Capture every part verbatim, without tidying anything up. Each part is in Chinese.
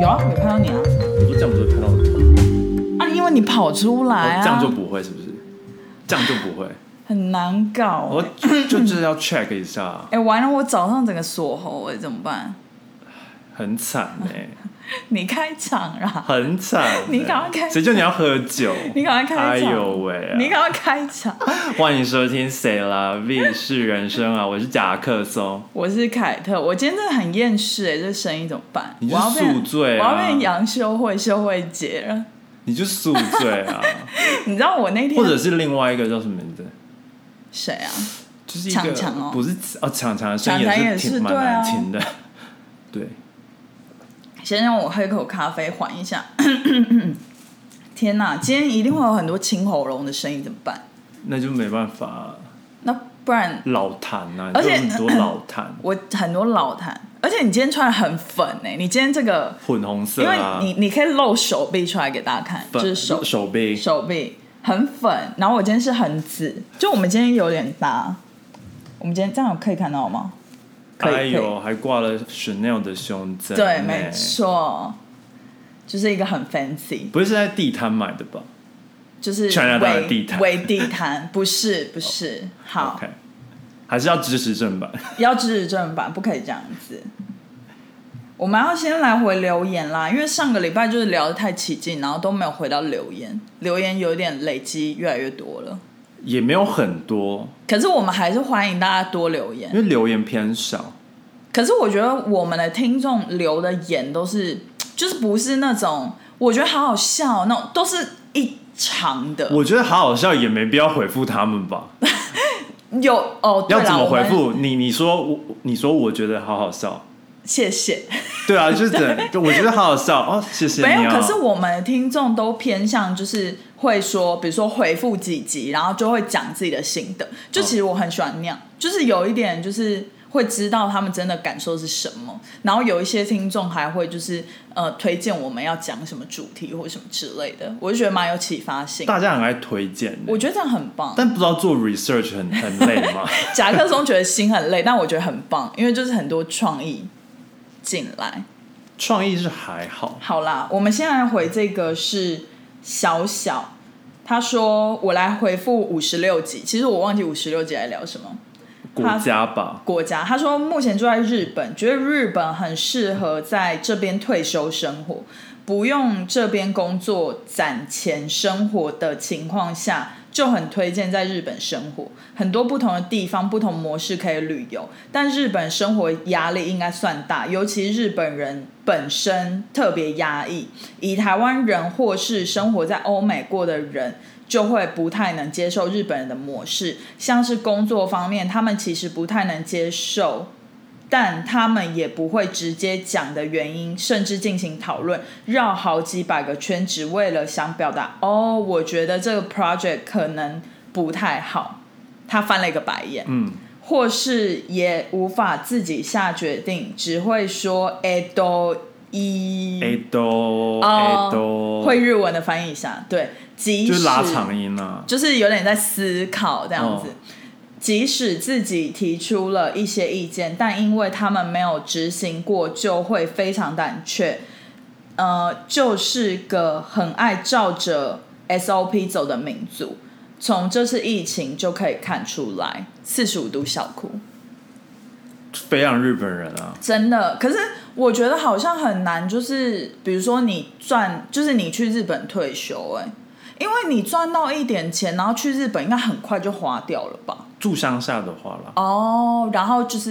有啊，有看到你啊。 我说这样不是看到我啊，因为你跑出来啊。 哦、这样就不会是不是？这样就不会。 很难搞、欸。 我就就是要 check 一下。 哎、欸，完了，我早上整个锁喉哎、欸，怎么办？ 很惨哎、欸。 你开场啦！ 很惨、欸。 你赶快开场。 谁叫你要喝酒？ 你赶快开场。 哎呦喂、啊！ 你赶快开场。 欢迎收听《谁啦 V 是人生》啊！我是夹克松， 我是凯特。我今天真的很厌世哎、欸，这声音怎么办？ 你就宿醉啊！ 我要变杨秀慧秀慧姐了。 你就宿醉啊！ 你知道我那天， 或者是另外一个叫什么名字？ 谁啊？ 就是一个强强哦， 不是哦，强强的声音也是挺蛮难听的。对。 先让我喝一口咖啡缓一下。天哪，今天一定会有很多清喉咙的声音，怎么办？ 那就没办法、啊。 那不然老痰啊， 而且很多老痰。 我很多老痰，而且你今天穿的很粉哎、欸，你今天这个粉红色、啊， 因为你你可以露手臂出来给大家看，就是手手臂手臂很粉，然后我今天是很紫，就我们今天有点搭。我们今天这样可以看到吗？ 哎呦，还挂了 Chanel 的胸针。 对，没错，就是一个很 fancy。 不是在地摊买的吧？ 就是微地摊， 微地摊，不是不是。好， okay. 还是要支持正版， 要支持正版，不可以这样子。我们要先来回留言啦，因为上个礼拜就是聊得太起劲，然后都没有回到留言，留言有点累积越来越多了。 也没有很多， 可是我们还是欢迎大家多留言， 因为留言偏少。 可是我觉得我们的听众留的言都是，就是不是那种我觉得好好笑那种，都是一长的。 我觉得好好笑也没必要回复他们吧。 有哦，对啦， 要怎么回复你？你说我，你说我觉得好好笑， 谢谢。 对啊，就是就我觉得好好笑哦，谢谢你、哦。 没有，可是我们的听众都偏向就是会说，比如说回复几集，然后就会讲自己的心得。就其实我很喜欢那样，就是有一点就是会知道他们真的感受是什么。然后有一些听众还会就是呃推荐我们要讲什么主题或什么之类的，我就觉得蛮有启发性。 大家很爱推荐， 我觉得这样很棒。 但不知道做 research 很很累吗？ 夹克松觉得心很累，但我觉得很棒，因为就是很多创意进来。 创意是还好。 好啦，我们现在回这个是小小，他说我来回复五十六集，其实我忘记五十六集来聊什么。 国家吧， 国家。他说目前住在日本，觉得日本很适合在这边退休生活，不用这边工作攒钱生活的情况下，就很推荐在日本生活。很多不同的地方，不同模式可以旅游，但日本生活压力应该算大，尤其日本人本身特别压抑，以台湾人或是生活在欧美过的人就会不太能接受日本人的模式，像是工作方面他们其实不太能接受，但他们也不会直接讲的原因，甚至进行讨论，绕好几百个圈，只为了想表达哦，我觉得这个 project 可能不太好，他翻了一个白眼， 嗯， 或是也无法自己下决定，只会说えっと一えっとえっと， 会日文的翻译一下，对，即使就是拉长音啊， 就是有点在思考这样子。哦，即使自己提出了一些意见，但因为他们没有执行过，就会非常胆怯。呃，就是个很爱照着 S O P 走的民族。从这次疫情就可以看出来，四十五度小哭， 非常日本人啊， 真的。可是我觉得好像很难，就是比如说你赚，就是你去日本退休、欸，哎。因为你赚到一点钱，然后去日本应该很快就花掉了吧？ 住乡下的话啦， 哦，然后就是，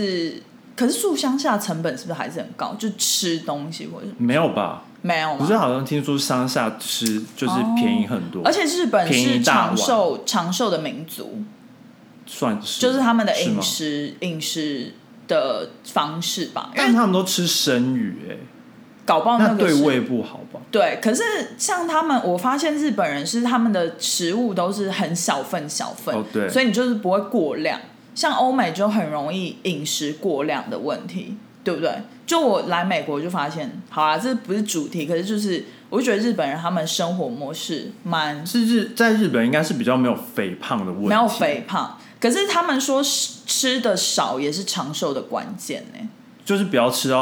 可是住乡下成本是不是还是很高？就吃东西或者没有吧？ 没有吗？ 不是，好像听说乡下吃就是便宜很多， 哦，而且日本是长寿长寿的民族， 算是就是他们的饮食饮食的方式吧。 但他们都吃生鱼、欸，哎， 搞不好那个那对胃不好吧？ 对，可是像他们，我发现日本人是他们的食物都是很小份小份， 哦，对， 所以你就是不会过量。像欧美就很容易饮食过量的问题，对不对？就我来美国就发现，好啦，这不是主题，可是就是我就觉得日本人他们生活模式蛮是日在日本应该是比较没有肥胖的问题， 没有肥胖，可是他们说吃的少也是长寿的关键呢， 就是不要吃到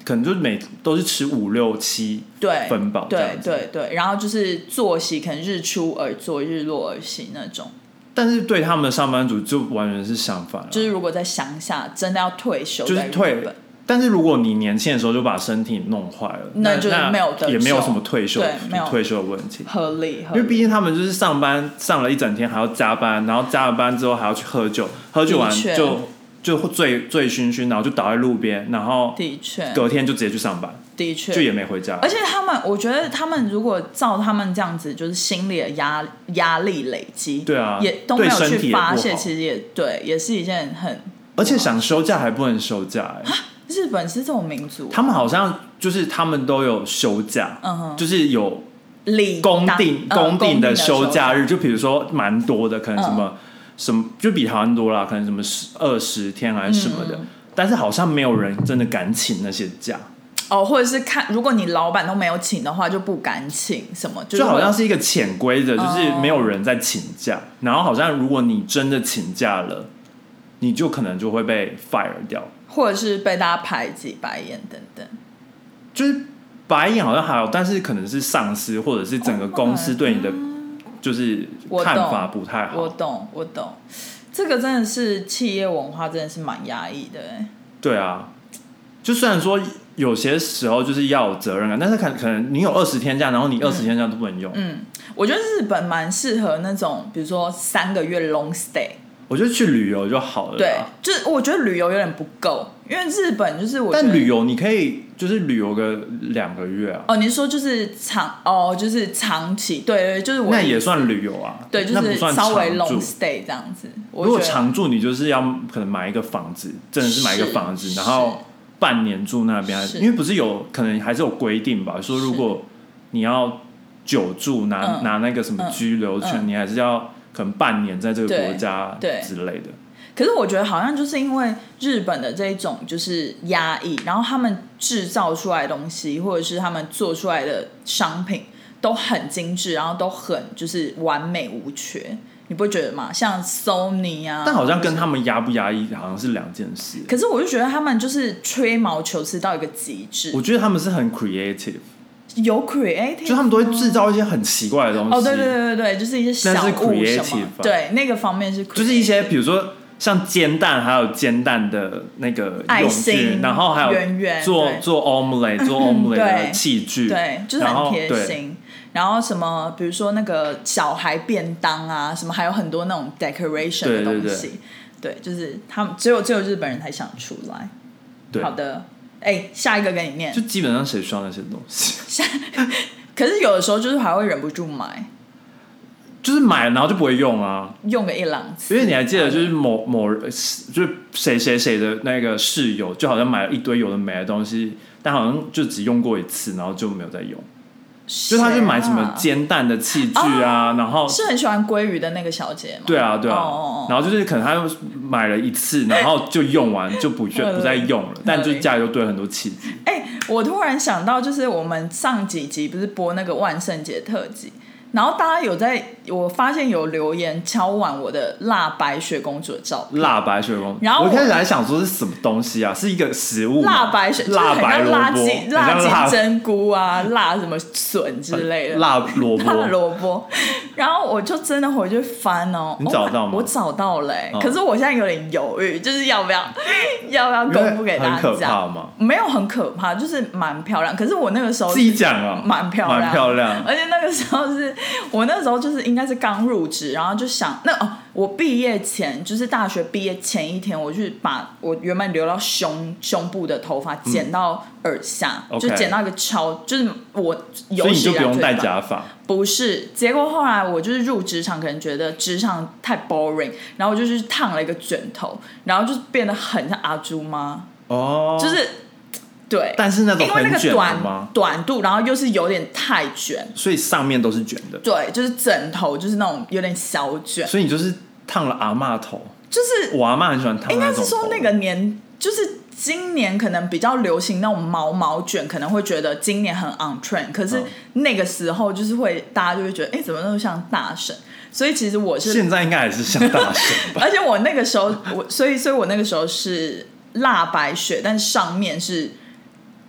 可能就是每都是吃五六七分饱这样子， 对对对，然后就是作息可能日出而作，日落而息那种。 但是对他们的上班族就完全是相反了， 就是如果在乡下真的要退休， 就是退。但是如果你年轻的时候就把身体弄坏了， 那就没有得也没有什么退休没有退休的问题， 合理。 因为毕竟他们就是上班上了一整天，还要加班，然后加了班之后还要去喝酒，喝酒完就就醉醉醺醺，然后就倒在路边，然后的确隔天就直接去上班， 的确就也没回家。 而且他们，我觉得他们如果照他们这样子，就是心理的压压力累积， 对啊， 也都没有去发泄，其实也对，也是一件很。 而且想休假还不能休假、欸， 日本是这种民族， 他们好像就是他们都有休假， 嗯哼， 就是有公定公定的休假日，就比如说蛮多的，可能什么、嗯、什么就比台湾多啦，可能什么二十天还是什么的、嗯，但是好像没有人真的敢请那些假。 哦，或者是看，如果你老板都没有请的话，就不敢请什么，就, 就好像是一个潜规则，就是没有人在请假、哦，然后好像如果你真的请假了，你就可能就会被 fire 掉。 或者是被大家排挤、白眼等等， 就是白眼好像还有，但是可能是上司或者是整个公司对你的就是看法不太好。 我懂，我懂，这个真的是企业文化，真的是蛮压抑的。 对啊，就虽然说有些时候就是要有责任感，但是可可能你有二十天假，然后你二十天假都不能用。 嗯，我觉得日本蛮适合那种，比如说三个月 long stay。 我觉得去旅游就好了。 对，就是我觉得旅游有点不够，因为日本就是我觉得。 但旅游你可以就是旅游个两个月啊。 哦，你说就是长哦，就是长期，对对，就是我。 那也算旅游啊。 对，就是稍微 long stay 这样子。 如果常住，你就是要可能买一个房子，真的是买一个房子，然后半年住那边，因为不是有可能还是有规定吧？说如果你要久住，拿、嗯、拿那个什么居留权、嗯，你还是要。可能半年在这个国家之类的， 可是我觉得好像就是因为日本的这种就是压抑，然后他们制造出来的东西或者是他们做出来的商品都很精致，然后都很就是完美无缺，你不会觉得吗？像 Sony 啊， 但好像跟他们压不压抑好像是两件事。 可是我就觉得他们就是吹毛求疵到一个极致。 我觉得他们是很 creative。 有 creative， 就他们都会制造一些很奇怪的东西。 哦，对对对对，就是一些小物什么，对那个方面是 creative， 就是一些比如说像煎蛋，还有煎蛋的那个用具，然后还有圆圆做做 omelette 做 omelette 的器具， 对，就是很贴心。然后什么，比如说那个小孩便当啊，什么还有很多那种 decoration 的东西，对, 对, 对, 对，就是他们只有只有日本人才想出来。 对， 好的。哎，下一个给你念。 就基本上谁需要那些东西？ 可是有的时候就是还会忍不住买， 就是买然后就不会用啊， 用个一两次。 因为你还记得，就是某某就是谁谁谁的那个室友，就好像买了一堆有的没的东西，但好像就只用过一次，然后就没有再用。就他去买什么煎蛋的器具啊，哦、然后是很喜欢鲑鱼的那个小姐吗？ 对啊，对啊。哦、然后就是可能他买了一次，然后就用完就不不再用了，但就家里就堆很多器具。 哎、欸，我突然想到，就是我们上几集不是播那个万圣节特辑，然后大家有在，我发现有留言敲碗我的辣白雪公主的照片。 辣白雪公主， 然后我, 我一开始还想说是什么东西啊？是一个食物吗？ 辣白雪， 辣白萝卜， 辣金针菇啊，辣什么笋之类的， 辣萝卜， 辣萝卜。然后我就真的回去翻哦， 你找到吗？ 我找到了、欸哦，可是我现在有点犹豫，就是要不要要不要公布给大家？ 很可怕吗？ 没有很可怕，就是蛮漂亮。可是我那个时候自己讲啊， 蛮漂亮， 蛮漂亮。 而且那个时候是我那时候就是应该是刚入职，然后就想那哦，我毕业前就是大学毕业前一天，我去把我原本留到胸胸部的头发剪到耳下，嗯、就剪到一个超，就是我有史以来最短。所以你就不用戴假发？ 不是，结果后来我就是入职场，可能觉得职场太 boring， 然后我就去烫了一个卷头，然后就变得很像阿朱妈哦，就是对， 但是那种很卷的吗？ 因为那个短短度，然后又是有点太卷， 所以上面都是卷的。 对，就是枕头就是那种有点小卷， 所以你就是烫了阿嬷头， 就是我阿嬷很喜欢烫那种头。 应该是说那个年就是。今年可能比较流行那种毛毛卷，可能会觉得今年很 on trend， 可是那个时候就是会大家就会觉得，哎、欸，怎么那么像大神？所以其实我是现在应该还是像大神吧。 而且我那个时候，我所以所以我那个时候是辣白雪，但上面是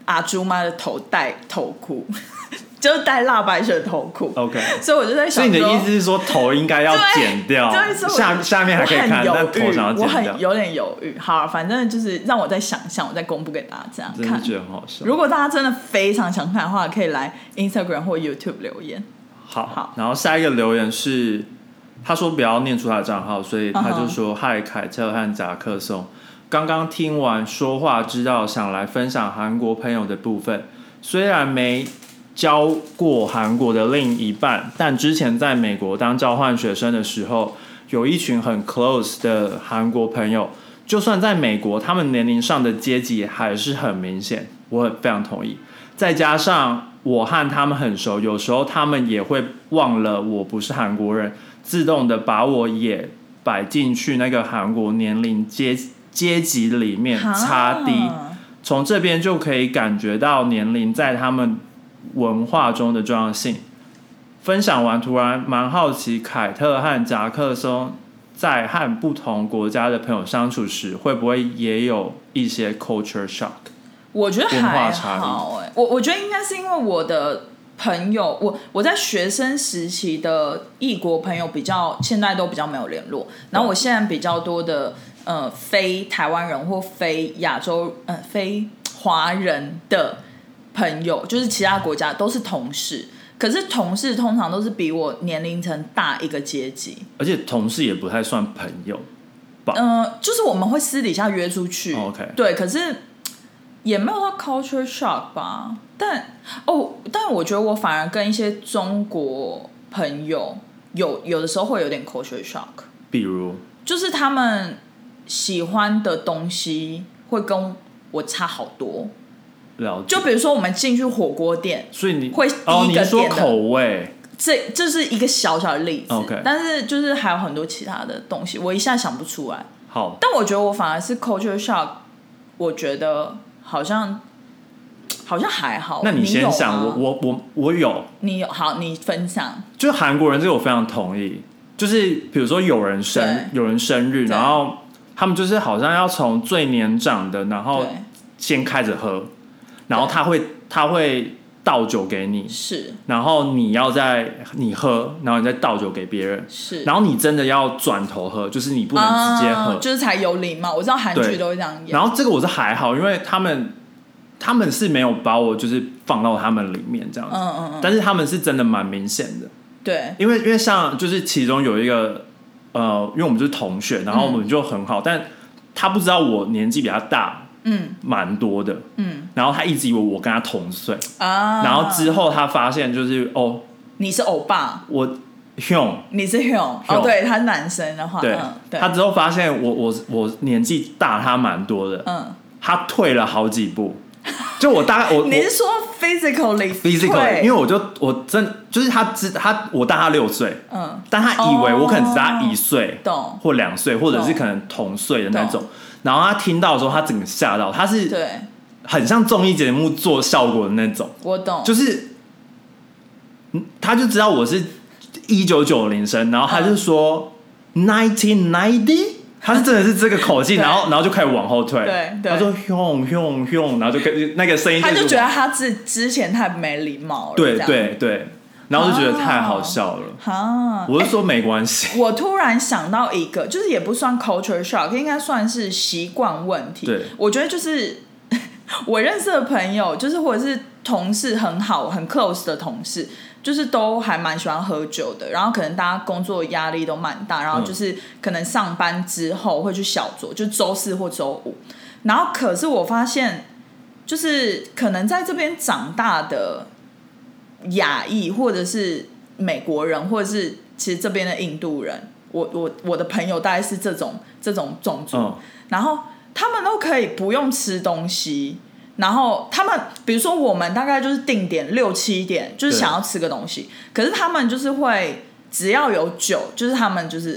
阿朱妈的头戴头箍。就是戴蜡白色的头箍 ，OK， 所以我就在想说， 所以你的意思是说头应该要剪掉，下下面还可以看，但头想要剪掉， 我很有点犹豫。好，反正就是让我再想象，我再公布给大家这样看， 真的觉得很好笑。 如果大家真的非常想看的话，可以来 Instagram 或 YouTube 留言。 好，好，然后下一个留言是，他说不要念出他的账号，所以他就说：“嗨、uh-huh. 凯特和夹克松，刚刚听完说话知道，想来分享韩国朋友的部分，虽然没。”交过韩国的另一半，但之前在美国当交换学生的时候，有一群很 close 的韩国朋友，就算在美国，他们年龄上的阶级还是很明显，我很非常同意。再加上我和他们很熟，有时候他们也会忘了我不是韩国人，自动的把我也摆进去那个韩国年龄阶阶级里面差低，从这边就可以感觉到年龄在他们文化中的重要性。分享完突然蛮好奇，凯特和夹克松在和不同国家的朋友相处时，会不会也有一些 culture shock？ 我觉得还好、欸、我, 我觉得应该是因为我的朋友，我我在学生时期的异国朋友比较现在都比较没有联络，然后我现在比较多的呃非台湾人或非亚洲呃非华人的朋友，就是其他国家都是同事，可是同事通常都是比我年龄层大一个阶级， 而且同事也不太算朋友吧？ 嗯、呃，就是我们会私底下约出去、 oh, okay. 对，可是也没有到 culture shock 吧。但哦，但我觉得我反而跟一些中国朋友有有的时候会有点 culture shock， 比如就是他们喜欢的东西会跟我差好多。就比如说我们进去火锅店， 所以你会第一个点的、哦、 你说口味， 这这是一个小小的例子、 okay. 但是就是还有很多其他的东西，我一下想不出来。 好， 但我觉得我反而是 culture shock， 我觉得好像好像还好。 那你先想，我我我我有， 你有好，你分享。 就韩国人这个我非常同意，就是比如说有人生有人生日，然后他们就是好像要从最年长的，然后先开始喝。然后他会他会倒酒给你， 是， 然后你要在你喝，然后你再倒酒给别人， 是， 然后你真的要转头喝，就是你不能直接喝， 啊、就是才有礼貌。我知道韩剧都会这样演。 然后这个我是还好，因为他们他们是没有把我就是放到他们里面这样子， 嗯嗯嗯， 但是他们是真的蛮明显的， 对， 因为因为像就是其中有一个呃，因为我们就是同学，然后我们就很好，嗯、但他不知道我年纪比他大。嗯，蛮多的，嗯，然后他一直以为我跟他同岁啊，然后之后他发现就是哦， 你是欧巴， 我 Hyun， 你是 Hyun， 哦，对，他是男生的话， 对， 嗯、对， 他之后发现我我我年纪大他蛮多的，嗯，他退了好几步，就我大概我你是说 physically physically， 因为我就我真就是他知他我大他六岁，嗯，但他以为我可能只大一岁， 懂， 或两岁，或者是可能同岁的那种。然后他听到的时候，他整个吓到，他是对很像综艺节目做效果的那种， 我懂， 就是他就知道我是一九九零生，然后他就说 nineteen ninety， 他是真的是这个口气，然后然后就开始往后退， 对，对他说轰轰轰，然后就那个声音， 他就觉得他之之前太没礼貌了， 对对对。然后就觉得太好笑了，啊、我是说没关系、 欸。我突然想到一个，就是也不算 culture shock， 应该算是习惯问题。 对， 我觉得就是我认识的朋友，就是或者是同事很好、很 close 的同事，就是都还蛮喜欢喝酒的。然后可能大家工作压力都蛮大，然后就是可能上班之后会去小酌，就周四或周五。然后可是我发现，就是可能在这边长大的。亚裔或者是美国人，或者是其实这边的印度人，我我我的朋友大概是这种这种种族、嗯，然后他们都可以不用吃东西，然后他们比如说我们大概就是定点六七点，就是想要吃个东西，可是他们就是会只要有酒，就是他们就是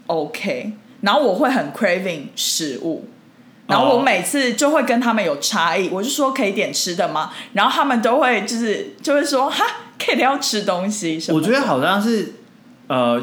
OK， 然后我会很 craving 食物。然后我每次就会跟他们有差异，我就说可以点吃的吗？然后他们都会就是就会说哈，可以要吃东西什么的。 我觉得好像是呃，也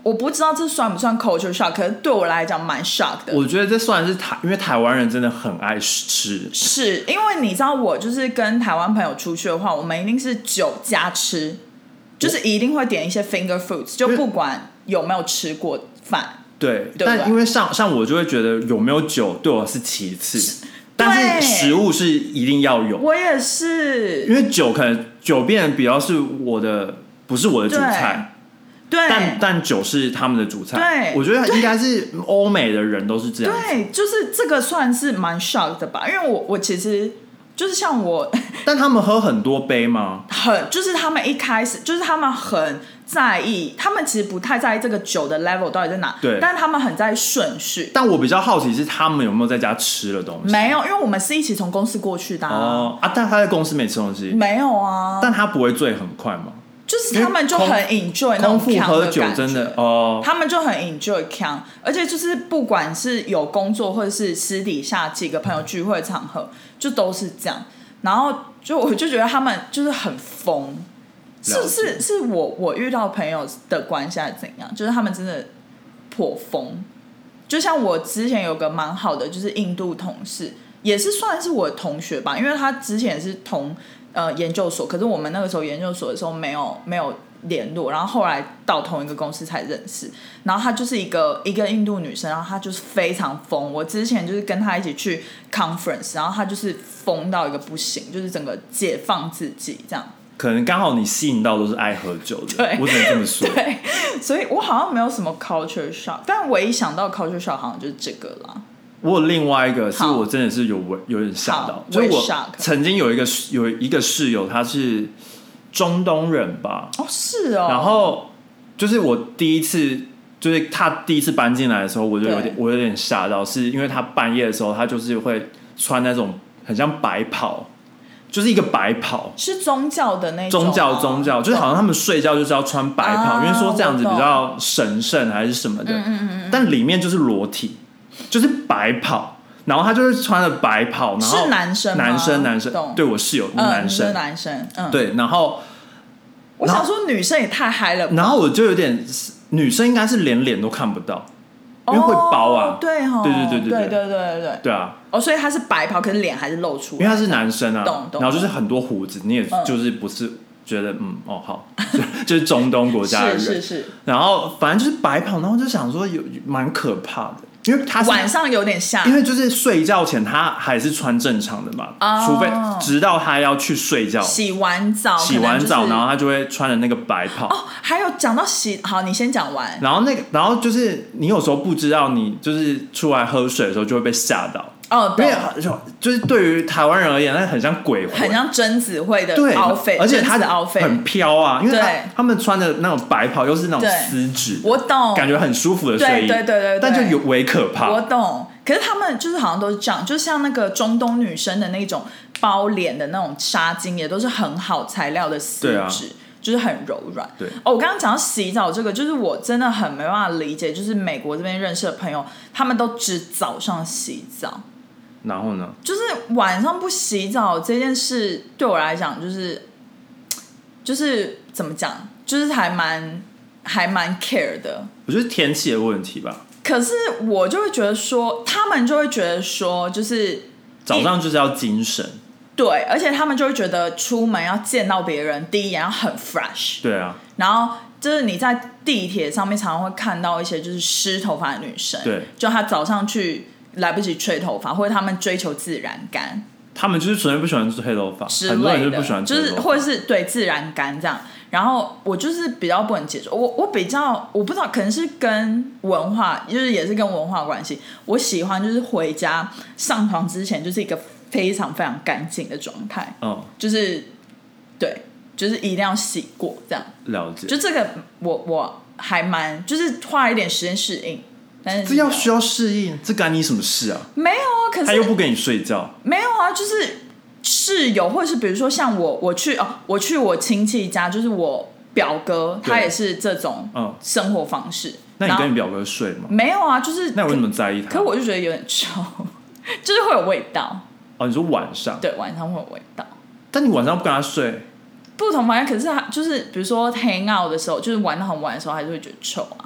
我不知道这算不算 culture shock， 可是对我来讲蛮 shock 的。 我觉得这算是台，因为台湾人真的很爱吃。 是因为你知道，我就是跟台湾朋友出去的话，我们一定是酒加吃，就是一定会点一些 finger foods， 就不管有没有吃过饭。 对， 对， 但因为像像我就会觉得有没有酒对我是其次，但是食物是一定要有。 我也是， 因为酒可能酒变得比较是我的，不是我的主菜。 对， 但但酒是他们的主菜， 对， 我觉得应该是欧美的人都是这样子。 对，就是这个算是蛮 shock 的吧，因为我我其实就是像我， 但他们喝很多杯吗？ 很，就是他们一开始就是他们很在意，他们其实不太在意这个酒的 level 到底在哪， 对， 但他们很在意顺序。 但我比较好奇是他们有没有在家吃了东西？ 没有，因为我们是一起从公司过去的啊。 哦啊，但他在公司没吃东西？ 没有啊。 但他不会醉很快吗？ 就是他们就很 enjoy 那种空腹喝酒真的哦， 他们就很 enjoy 康，而且就是不管是有工作或者是私底下几个朋友聚会场合，就都是这样。然后就我就觉得他们就是很疯，是是是我我遇到朋友的关系还是怎样？就是他们真的颇疯。就像我之前有个蛮好的，就是印度同事，也是算是我的同学吧，因为他之前是同。呃，研究所，可是我们那个时候研究所的时候没有没有联络，然后后来到同一个公司才认识。然后她就是一个一个印度女生，然后她就是非常疯。我之前就是跟她一起去 conference， 然后她就是疯到一个不行，就是整个解放自己这样。 可能刚好你吸引到都是爱喝酒的， 对， 我只能这么说。 对，所以我好像没有什么 culture shock， 但唯一想到 culture shock 好像就是这个啦。 我有另外一个是我真的是有有点吓到，就是我曾经有一个有一个室友，他是中东人吧？ 哦，是哦。 然后就是我第一次，就是他第一次搬进来的时候，我就有点我有点吓到，是因为他半夜的时候，他就是会穿那种很像白袍，就是一个白袍， 是宗教的那种、啊、 宗教宗教，就是好像他们睡觉就是要穿白袍、啊，因为说这样子比较神圣还是什么的。嗯嗯嗯。但里面就是裸体。就是白袍，然后他就是穿了白袍，然后是男生吗？ 男生男生，对我室友是男生， 嗯、男生，嗯， 对，然后我想说女生也太嗨了吧， 然后我就有点，女生应该是连脸都看不到，因为会包啊， 哦、对哈、哦， 对对对对对对对对对对啊， 哦，所以他是白袍，可是脸还是露出来， 因为他是男生啊， 懂懂， 然后就是很多胡子，你也就是不是觉得嗯哦好，就是中东国家的人， 是是是， 然后反正就是白袍，然后就想说有蛮可怕的。因为他晚上有点吓， 因为就是睡觉前他还是穿正常的嘛，哦、除非直到他要去睡觉， 洗完澡， 洗完澡，就是、然后他就会穿的那个白袍。 哦，还有讲到洗，好，你先讲完。 然后那个，然后就是你有时候不知道，你就是出来喝水的时候就会被吓到。 哦， 因为就是对于台湾人而言，那很像鬼魂， 很像贞子会的 outfit， 而且他很飘啊，因为 他, 他们穿的那种白袍又是那种丝质， 我懂， 感觉很舒服的睡衣， 对对对 对, 对， 但就有微可怕。 我懂，可是他们就是好像都是这样，就像那个中东女生的那种包脸的那种纱巾，也都是很好材料的丝质。啊，就是很柔软。 对哦，我刚刚讲到洗澡这个，就是我真的很没办法理解，就是美国这边认识的朋友，他们都只早上洗澡。 然后呢？ 就是晚上不洗澡这件事，对我来讲，就是就是怎么讲，就是还蛮还蛮 care 的。 我觉得天气的问题吧。 可是我就会觉得说，他们就会觉得说，就是早上就是要精神。 对，而且他们就会觉得出门要见到别人，第一眼要很 fresh。 对啊。 然后就是你在地铁上面常常会看到一些就是湿头发的女生， 对， 就她早上去。来不及吹头发，或者他们追求自然干， 他们就是纯粹不喜欢吹头发，很多人就不喜欢吹头发， 就是或者是对自然干这样。然后我就是比较不能接受，我我比较我不知道，可能是跟文化，就是也是跟文化关系。我喜欢就是回家上床之前就是一个非常非常干净的状态， 嗯， 就是对，就是一定要洗过这样。 了解， 就这个我我还蛮就是花了一点时间适应。但是这要需要适应，这干你什么事啊？ 没有啊，可是他又不跟你睡觉。 没有啊，就是室友，或者是比如说像我，我去哦，我去我亲戚家，就是我表哥，他也是这种生活方式。嗯、 那你跟你表哥睡吗？ 没有啊，就是那我为什么在意他？ 可我就觉得有点臭，就是会有味道。 哦，你说晚上？ 对，晚上会有味道。 但你晚上不跟他睡？ 不同房间，可是他就是比如说 hang out 的时候，就是玩到很晚的时候，还是会觉得臭啊。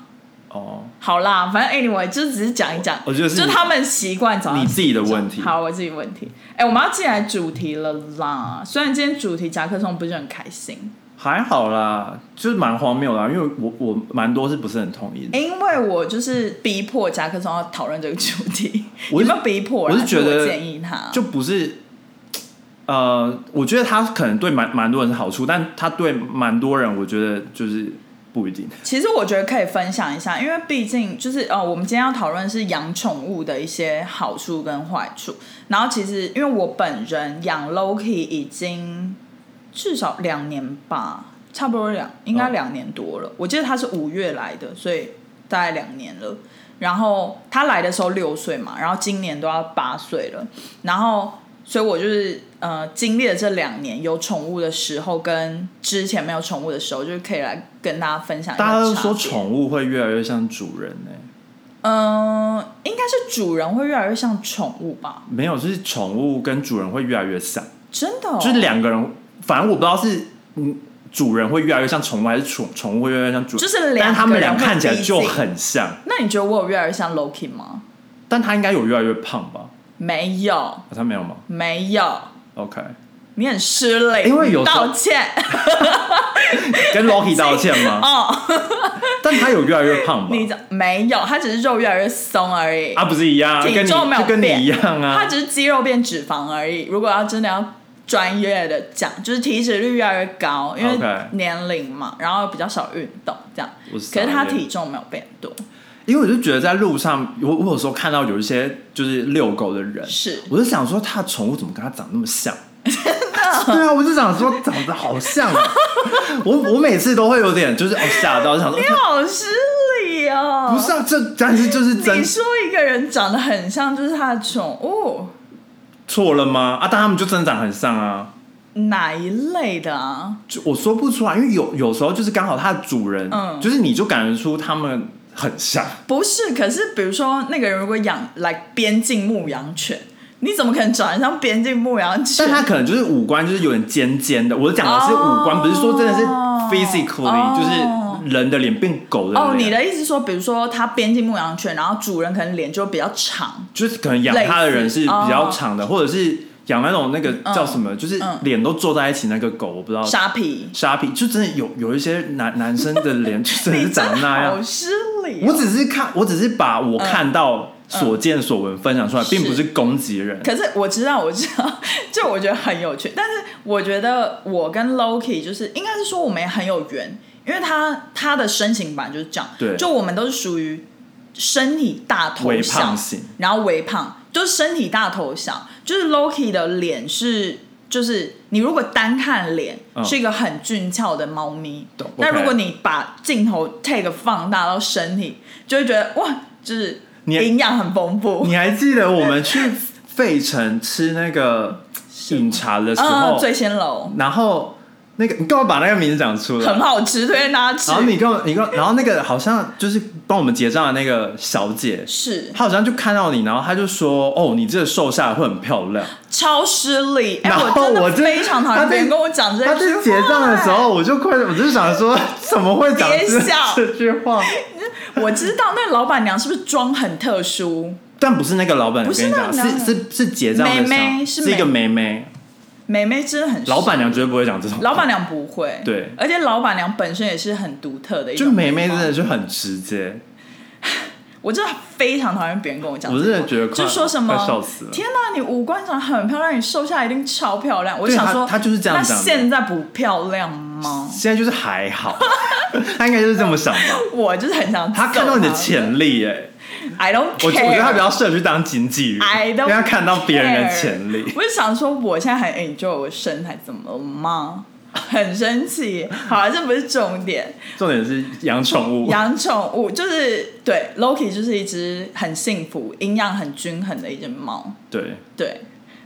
哦， 好啦，反正 anyway 就只是讲一讲， 我觉得是就他们习惯早上你自己的问题。 好，我自己问题。哎、欸，我们要进来主题了啦。虽然今天主题夹克松不是很开心， 还好啦，就是蛮荒谬的、啊，因为我我蛮多是不是很同意的。 因为我就是逼迫夹克松要讨论这个主题，有没有逼迫？ 我是觉得我建议他， 就不是。呃，我觉得他可能对蛮蛮多人是好处，但他对蛮多人，我觉得就是不一定。 其实我觉得可以分享一下，因为毕竟就是呃，我们今天要讨论是养宠物的一些好处跟坏处。然后其实因为我本人养 Loki 已经至少两年吧，差不多两，应该两年多了。哦、我记得他是五月来的，所以大概两年了。然后他来的时候六岁嘛，然后今年都要八岁了，然后。所以我就是呃经历了这两年有宠物的时候跟之前没有宠物的时候，就是可以来跟大家分享一下。 大家都说宠物会越来越像主人呢、欸。 嗯、呃，应该是主人会越来越像宠物吧？ 没有，就是宠物跟主人会越来越像。 真的、哦？ 就是两个人，反正我不知道是嗯主人会越来越像宠物，还是宠宠物会越来越像主人。 就是两个人， 但他们俩看起来就很像。 那你觉得我有越来越像 Loki 吗？ 但他应该有越来越胖吧？ 没有、啊， 他没有吗？ 没有。 OK， 你很失礼， 因为有道歉， 跟 Loki 道歉吗？ 哦， 但他有越来越胖吧？ 你没有，他只是肉越来越松而已。 啊，不是一样， 体重没有跟你跟你一样啊， 他只是肌肉变脂肪而已。如果要真的要专业的讲，就是体脂率越来越高，因为年龄嘛， okay. 然后比较少运动这样。可是他体重没有变多。 因为我就觉得在路上，我我有时候看到有一些就是遛狗的人， 是， 我就想说他的宠物怎么跟他长那么像？对啊，我就想说长得好像、啊，我我每次都会有点就是哦吓到，就想说你好失礼哦。 不是啊，这但是就是真。 你说一个人长得很像，就是他的宠物， 错了吗？啊，但他们就真的长很像啊。 哪一类的啊？ 就我说不出来，因为有有时候就是刚好他的主人，嗯，就是你就感觉出他们。很像， 不是？可是比如说那个人如果养来边境牧羊犬，你怎么可能长得像边境牧羊犬？ 但他可能就是五官就是有点尖尖的。我讲的是五官， oh, 不是说真的是 physically，、oh, 就是人的脸变狗的脸。哦， oh, 你的意思说，比如说他边境牧羊犬，然后主人可能脸就比较长， 就是可能养他的人是比较长的， oh. 或者是。养那种那个叫什么，嗯、就是脸都皱在一起那个狗，我不知道。 沙皮， 沙皮，就真的有有一些男男生的脸，就真的是长那样。 好失礼、哦。 我只是看，我只是把我看到所见所闻分享出来，嗯、并不是攻击人。 可是我知道，我知道，就我觉得很有趣。但是我觉得我跟 Loki 就是应该是说我们也很有缘，因为他他的身形版就是这样， 对， 就我们都是属于身体大头小， 微胖型， 然后微胖。就是身体大头小，就是 Loki 的脸是，就是你如果单看脸、嗯、是一个很俊俏的猫咪，但如果你把镜头 take 放大到身体，就会觉得哇，就是营养很丰富。 你还记得我们去费城吃那个饮茶的时候， 嗯、醉仙楼， 然后。那个，你干嘛把那个名字讲出来？ 很好吃，推荐大家吃。 然后你跟我，你跟我，然后那个好像就是帮我们结账的那个小姐， 是她好像就看到你，然后她就说：“哦，你这个瘦下来会很漂亮。” 超失礼！ 然后我真的非常讨厌别人跟我讲这句话。 她在结账的时候，我就快，我就想说，怎么会讲这句话？ 我知道那个老板娘是不是妆很特殊？ 但不是那个老板娘，跟你讲，是是是结账的时候， 妹妹是一个妹妹。 妹妹真的很， 老板娘绝对不会讲这种话， 老板娘不会， 对， 而且老板娘本身也是很独特的一种， 就妹妹真的就很直接。 我真的非常讨厌别人跟我讲， 我真的觉得就是说什么， 快笑死了！ 天哪，你五官长得很漂亮，你瘦下来一定超漂亮。我想说， 她就是这样讲。 那现在不漂亮吗？ 现在就是还好，她应该就是这么想吧。 我就是很想， 她看到你的潜力哎。 I don't care， 我觉得他比较适合去当经纪人， I don't care， 因为他看到别人的潜力。 我就想说，我现在很 enjoy 我身材，怎么了吗？很生气。好了，这不是重点， 重点是养宠物。 养宠物就是对 Loki 就是一只很幸福、营养很均衡的一只猫。 对对，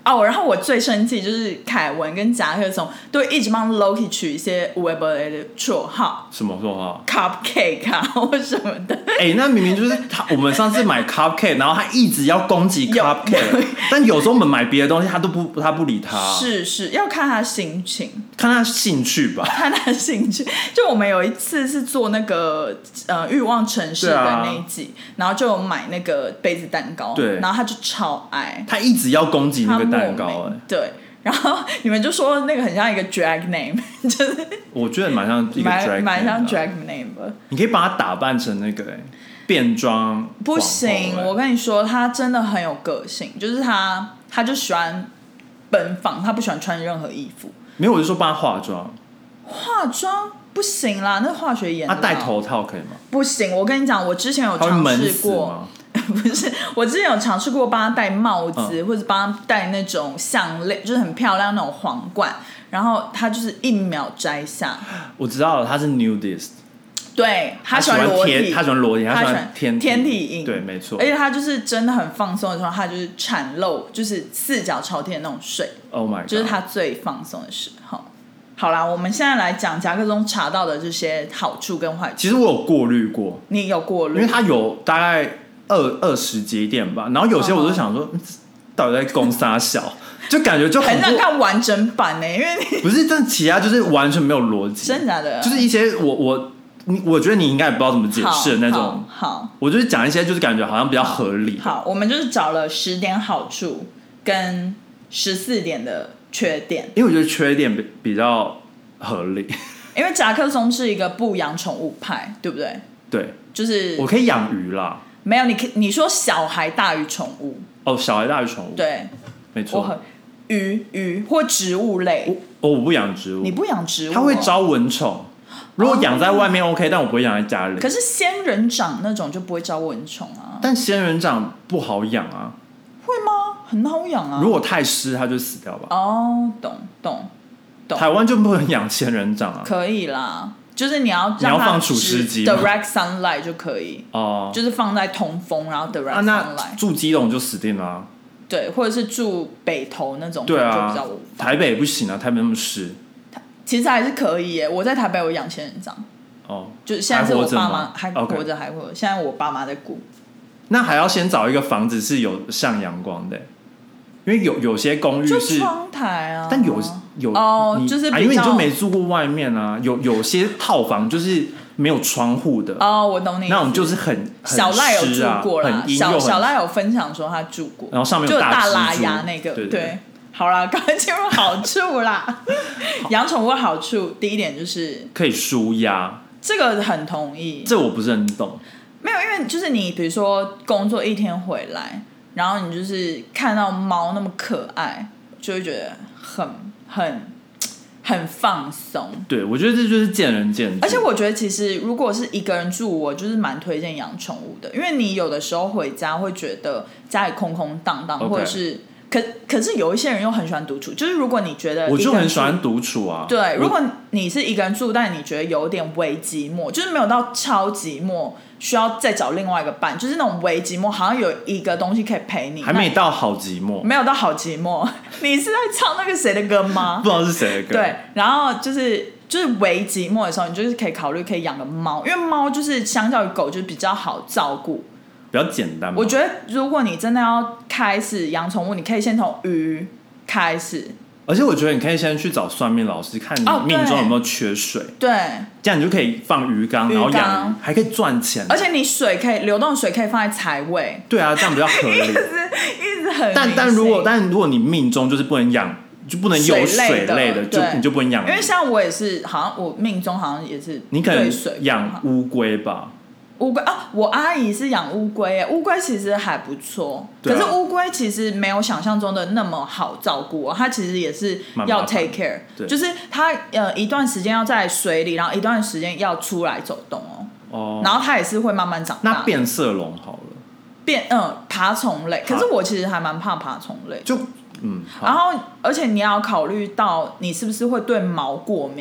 哦，然后我最生气就是凯文跟夹克松都会一直帮 Loki 取一些无为不为的绰号， 什么绰号 ？Cupcake 啊或什么的。 哎、欸，那明明就是他，我们上次买 Cupcake， 然后他一直要攻击 Cupcake， 但有时候我们买别的东西，他都不他不理他、啊。 是是，要看他心情， 看他兴趣吧， 看他兴趣。就我们有一次是做那个呃欲望城市的那一集，啊、然后就有买那个杯子蛋糕， 对， 然后他就超爱， 他一直要攻击那个蛋糕、欸， 对。然后你们就说那个很像一个 drag name， 就是我觉得蛮像一个 drag name， 蛮像 drag name 的。 你可以把它打扮成那个、欸、变装， 不行，我跟你说，他真的很有个性，就是他他就喜欢奔放，他不喜欢穿任何衣服。 没有，我就说帮他化妆。 化妆不行啦，那化学颜料。 他戴头套可以吗？ 不行，我跟你讲，我之前有尝试过。不是，我之前有尝试过帮他戴帽子，嗯、或者帮他戴那种项链，就是很漂亮那种皇冠，然后他就是一秒摘下。 我知道了，他是 nudist， 对，他喜欢裸体， 他喜欢裸体，他喜欢天体天体影， 对，没错。 而且他就是真的很放松的时候，他就是袒露，就是四脚朝天的那种睡。 Oh my god， 就是他最放松的时候。好啦，我们现在来讲夹克中查到的这些好处跟坏处。 其实我有过滤过， 你有过滤， 因为它有大概二二十节点吧，然后有些我就想说，嗯、到底在攻杀小，就感觉就很很想看完整版呢、欸，因为你不是，但其他就是完全没有逻辑， 真的假的？ 就是一些我我你我觉得你应该也不知道怎么解释的那种。 好，好我就是讲一些就是感觉好像比较合理好。好，我们就是找了十点好处跟十四点的缺点， 因为我觉得缺点比比较合理。 因为夹克松是一个不养宠物派，对不对？ 对， 就是我可以养鱼啦。 没有，你你说小孩大于宠物哦，小孩大于宠物， 对， 没错。 我很鱼鱼或植物类， 我我不养植物， 你不养植物、哦， 它会招蚊虫。如果养在外面 OK，、哦、但我不会养在家里。 可是仙人掌那种就不会招蚊虫啊。 但仙人掌不好养啊。 会吗？很好养啊。 如果太湿，它就死掉吧。 哦，懂懂懂。 台湾就不能养仙人掌啊。 可以啦。就是你要让它你要放除湿机 direct sunlight 就可以哦， 就是放在通风，然后 direct sunlight。 啊、那住基隆就死定了、啊。 对，或者是住北投那种， 对啊， 就比较台北不行啊，台北那么湿。 其实还是可以耶，我在台北有养仙人掌。 哦， 就是现在是我爸妈还活着，还活着。Okay. 现在我爸妈在顾。 那还要先找一个房子是有向阳光的。因为有有些公寓是就窗台啊， 但有有哦，就是比较、 啊、因为你就没住过外面啊，有有些套房就是没有窗户的哦，我懂你。 那种就是很小赖有住过啦， 很阴小小赖有分享说他住过， 然后上面有大拉牙那个， 对, 对, 对。好啦，赶快进入好处啦。养宠物好处第一点就是可以舒压， 这个很同意。 这我不是很懂。 没有，因为就是你比如说工作一天回来。然后你就是看到猫那么可爱，就会觉得很很很放松。 对，我觉得这就是见仁见智。 而且我觉得其实如果是一个人住，我就是蛮推荐养宠物的，因为你有的时候回家会觉得家里空空荡荡， okay. 或者是可可是有一些人又很喜欢独处，就是如果你觉得我就很喜欢独处啊。 对，如果你是一个人住，但你觉得有点微寂寞，就是没有到超寂寞。需要再找另外一个伴，就是那种微寂寞，好像有一个东西可以陪你， 还没到好寂寞， 没有到好寂寞。你是在唱那个谁的歌吗？ 不知道是谁的歌。 对，然后就是就是微寂寞的时候，你就是可以考虑可以养个猫，因为猫就是相较于狗就是比较好照顾， 比较简单。 我觉得如果你真的要开始养宠物，你可以先从鱼开始。 而且我觉得你可以先去找算命老师，看你命中有没有缺水。 哦、对， 这样你就可以放鱼缸，然后养鱼，还可以赚钱。 而且你水可以流动水可以放在财位。 对啊，这样比较合理。 一直一直很但但如果但如果你命中就是不能养，就不能有水类的，就你就不能养。 因为像我也是，好像我命中好像也是你可能养乌龟吧。 乌龟啊，我阿姨是养乌龟耶，乌龟其实还不错，啊、可是乌龟其实没有想象中的那么好照顾哦，它其实也是要 take care， 就是它呃一段时间要在水里，然后一段时间要出来走动哦，哦，然后它也是会慢慢长大。 那变色龙好了， 变嗯爬虫类，可是我其实还蛮怕爬虫类， 就嗯， 然后而且你要考虑到你是不是会对毛过敏。因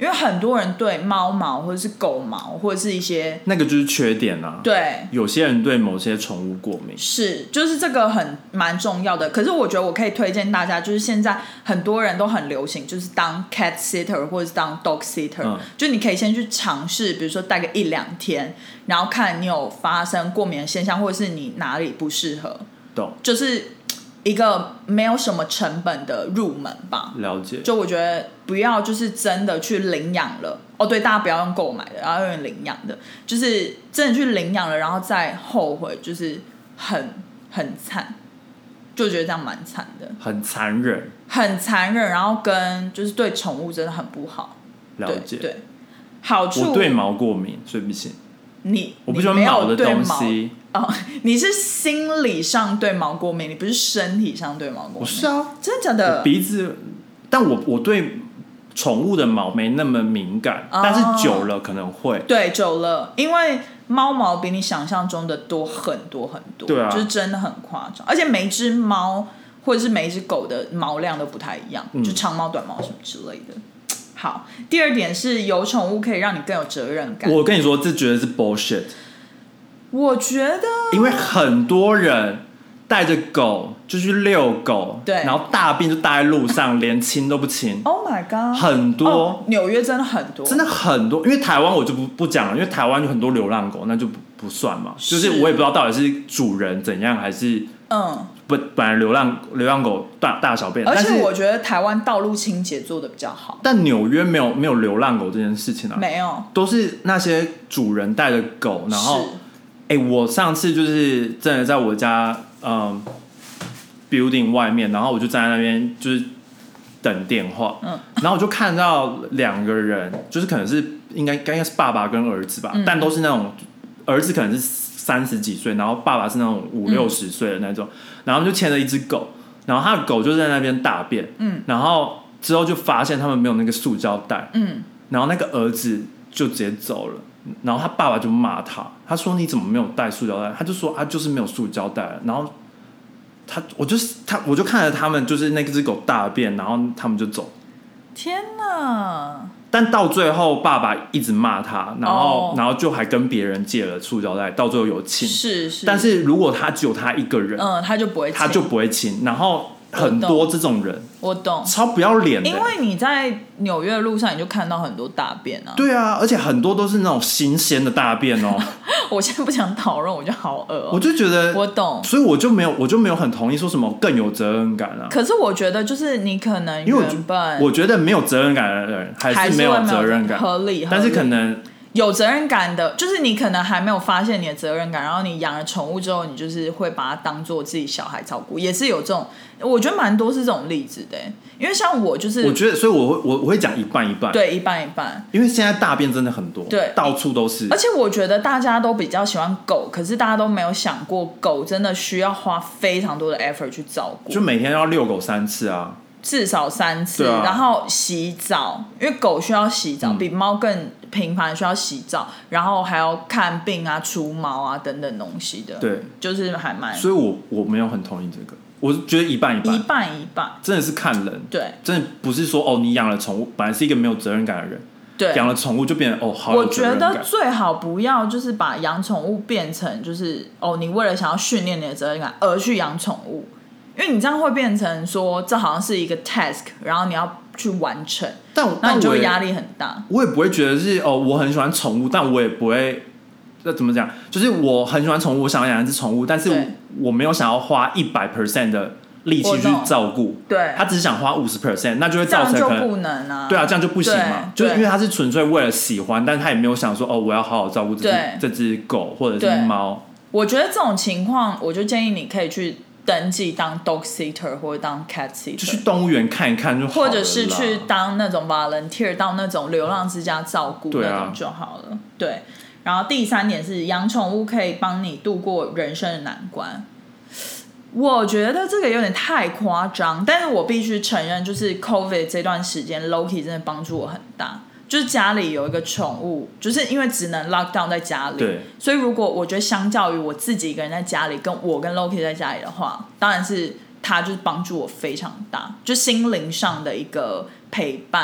因为很多人对猫毛或者是狗毛或者是一些那个就是缺点啊。 对， 有些人对某些宠物过敏， 是就是这个很蛮重要的。可是我觉得我可以推荐大家，就是现在很多人都很流行，就是当 cat sitter 或者是当 dog sitter，、嗯、就你可以先去尝试，比如说待个一两天，然后看你有发生过敏的现象，或者是你哪里不适合， 懂？ 就是一个没有什么成本的入门吧。 了解。 就我觉得不要就是真的去领养了哦，对，大家不要用购买的，然后用领养的，就是真的去领养了，然后再后悔，就是很很惨，就觉得这样蛮惨的， 很残忍， 很残忍，然后跟就是对宠物真的很不好。 了解。 对，对好处我对毛过敏，所以不行。 你我不喜欢毛的东西。 哦，你是心理上对毛过敏，你不是身体上对毛过敏。 我是啊， 真的假的？ 鼻子，但我我对宠物的毛没那么敏感，哦、但是久了可能会。 对，久了，因为猫毛比你想象中的多很多很多， 对啊， 就是真的很夸张。而且每一只猫或者是每一只狗的毛量都不太一样，嗯、就长毛、短毛什么之类的。好，第二点是有宠物可以让你更有责任感。 我跟你说，这绝对是 bullshit。 我觉得， 因为很多人带着狗就去遛狗， 对， 然后大便就搭在路上，连亲都不亲。 Oh my god！ 很多， 哦、纽约真的很多， 真的很多。因为台湾我就不不讲了，因为台湾有很多流浪狗，那就不不算嘛。是就是我也不知道到底是主人怎样，还是嗯，不本来流浪流浪狗大大小便。 而且我觉得台湾道路清洁做的比较好。 但纽约没有没有流浪狗这件事情啊， 没有， 都是那些主人带着狗，然后。欸、我上次就是真的在我家嗯 building 外面，然后我就站在那边就是等电话，嗯，然后我就看到两个人，就是可能是应该应该是爸爸跟儿子吧，嗯、但都是那种儿子可能是三十几岁，然后爸爸是那种五六十岁的那种，嗯、然后就牵着一只狗，然后他的狗就在那边大便，嗯，然后之后就发现他们没有那个塑胶袋，嗯，然后那个儿子就直接走了。然后他爸爸就骂他，他说你怎么没有带塑胶袋？他就说啊，就是没有塑胶袋。然后他，我就是他，我就看着他们，就是那只狗大便，然后他们就走。 天哪！ 但到最后，爸爸一直骂他，然后、oh. 然后就还跟别人借了塑胶袋，到最后有亲。 是是。 但是如果他只有他一个人， 嗯，他就不会亲， 他就不会亲。然后。很多这种人， 我懂， 超不要脸的。 因为你在纽约的路上，你就看到很多大便啊。 对啊，而且很多都是那种新鲜的大便哦。 我现在不想讨论，我就好饿哦。 我就觉得， 我懂， 所以我就没有，我就没有很同意说什么更有责任感啊。 可是我觉得，就是你可能原本， 我觉得没有责任感的人还是没有责任感， 合理， 但是可能。 有责任感的，就是你可能还没有发现你的责任感，然后你养了宠物之后，你就是会把它当做自己小孩照顾，也是有这种，我觉得蛮多是这种例子的。因为像我就是， 我觉得，所以我会我我会讲一半一半， 对，一半一半。 因为现在大便真的很多， 对， 到处都是。 而且我觉得大家都比较喜欢狗，可是大家都没有想过，狗真的需要花非常多的 effort 去照顾， 就每天要遛狗三次啊。 至少三次， 啊、 然后洗澡，因为狗需要洗澡，嗯、比猫更频繁需要洗澡，然后还要看病啊、除毛啊等等东西的。 对， 就是还蛮。 所以我我没有很同意这个，我觉得一半一半， 一半一半， 真的是看人。 对， 真的不是说哦，你养了宠物，本来是一个没有责任感的人， 对， 养了宠物就变成哦，好有责任感。 我觉得最好不要就是把养宠物变成就是哦，你为了想要训练你的责任感而去养宠物。因为你这样会变成说，这好像是一个 task， 然后你要去完成， 但那你就会压力很大。 我也不会觉得是哦，我很喜欢宠物，但我也不会，那怎么讲？就是我很喜欢宠物，我想要养一只宠物，但是 我, 我没有想要花一百 percent 的力气去照顾。 对， 他只是想花五十 percent， 那就会造成可能这样就不能啊。 对啊，这样就不行嘛。就是因为他是纯粹为了喜欢，但他也没有想说哦，我要好好照顾这只这只狗或者是猫。 我觉得这种情况，我就建议你可以去。登记当 dog sitter 或者当 cat sitter， 就去动物园看一看就好了， 或者是去当那种 volunteer， 到那种流浪之家照顾那种就好了。对, 对，然后第三点是养宠物可以帮你度过人生的难关。我觉得这个有点太夸张，但是我必须承认，就是 COVID 这段时间 Loki 真的帮助我很大。就是家里有一个宠物，就是因为只能 lock down 在家里， 对， 所以如果我觉得相较于我自己一个人在家里，跟我跟 Loki 在家里的话，当然是他就是帮助我非常大，就心灵上的一个陪伴，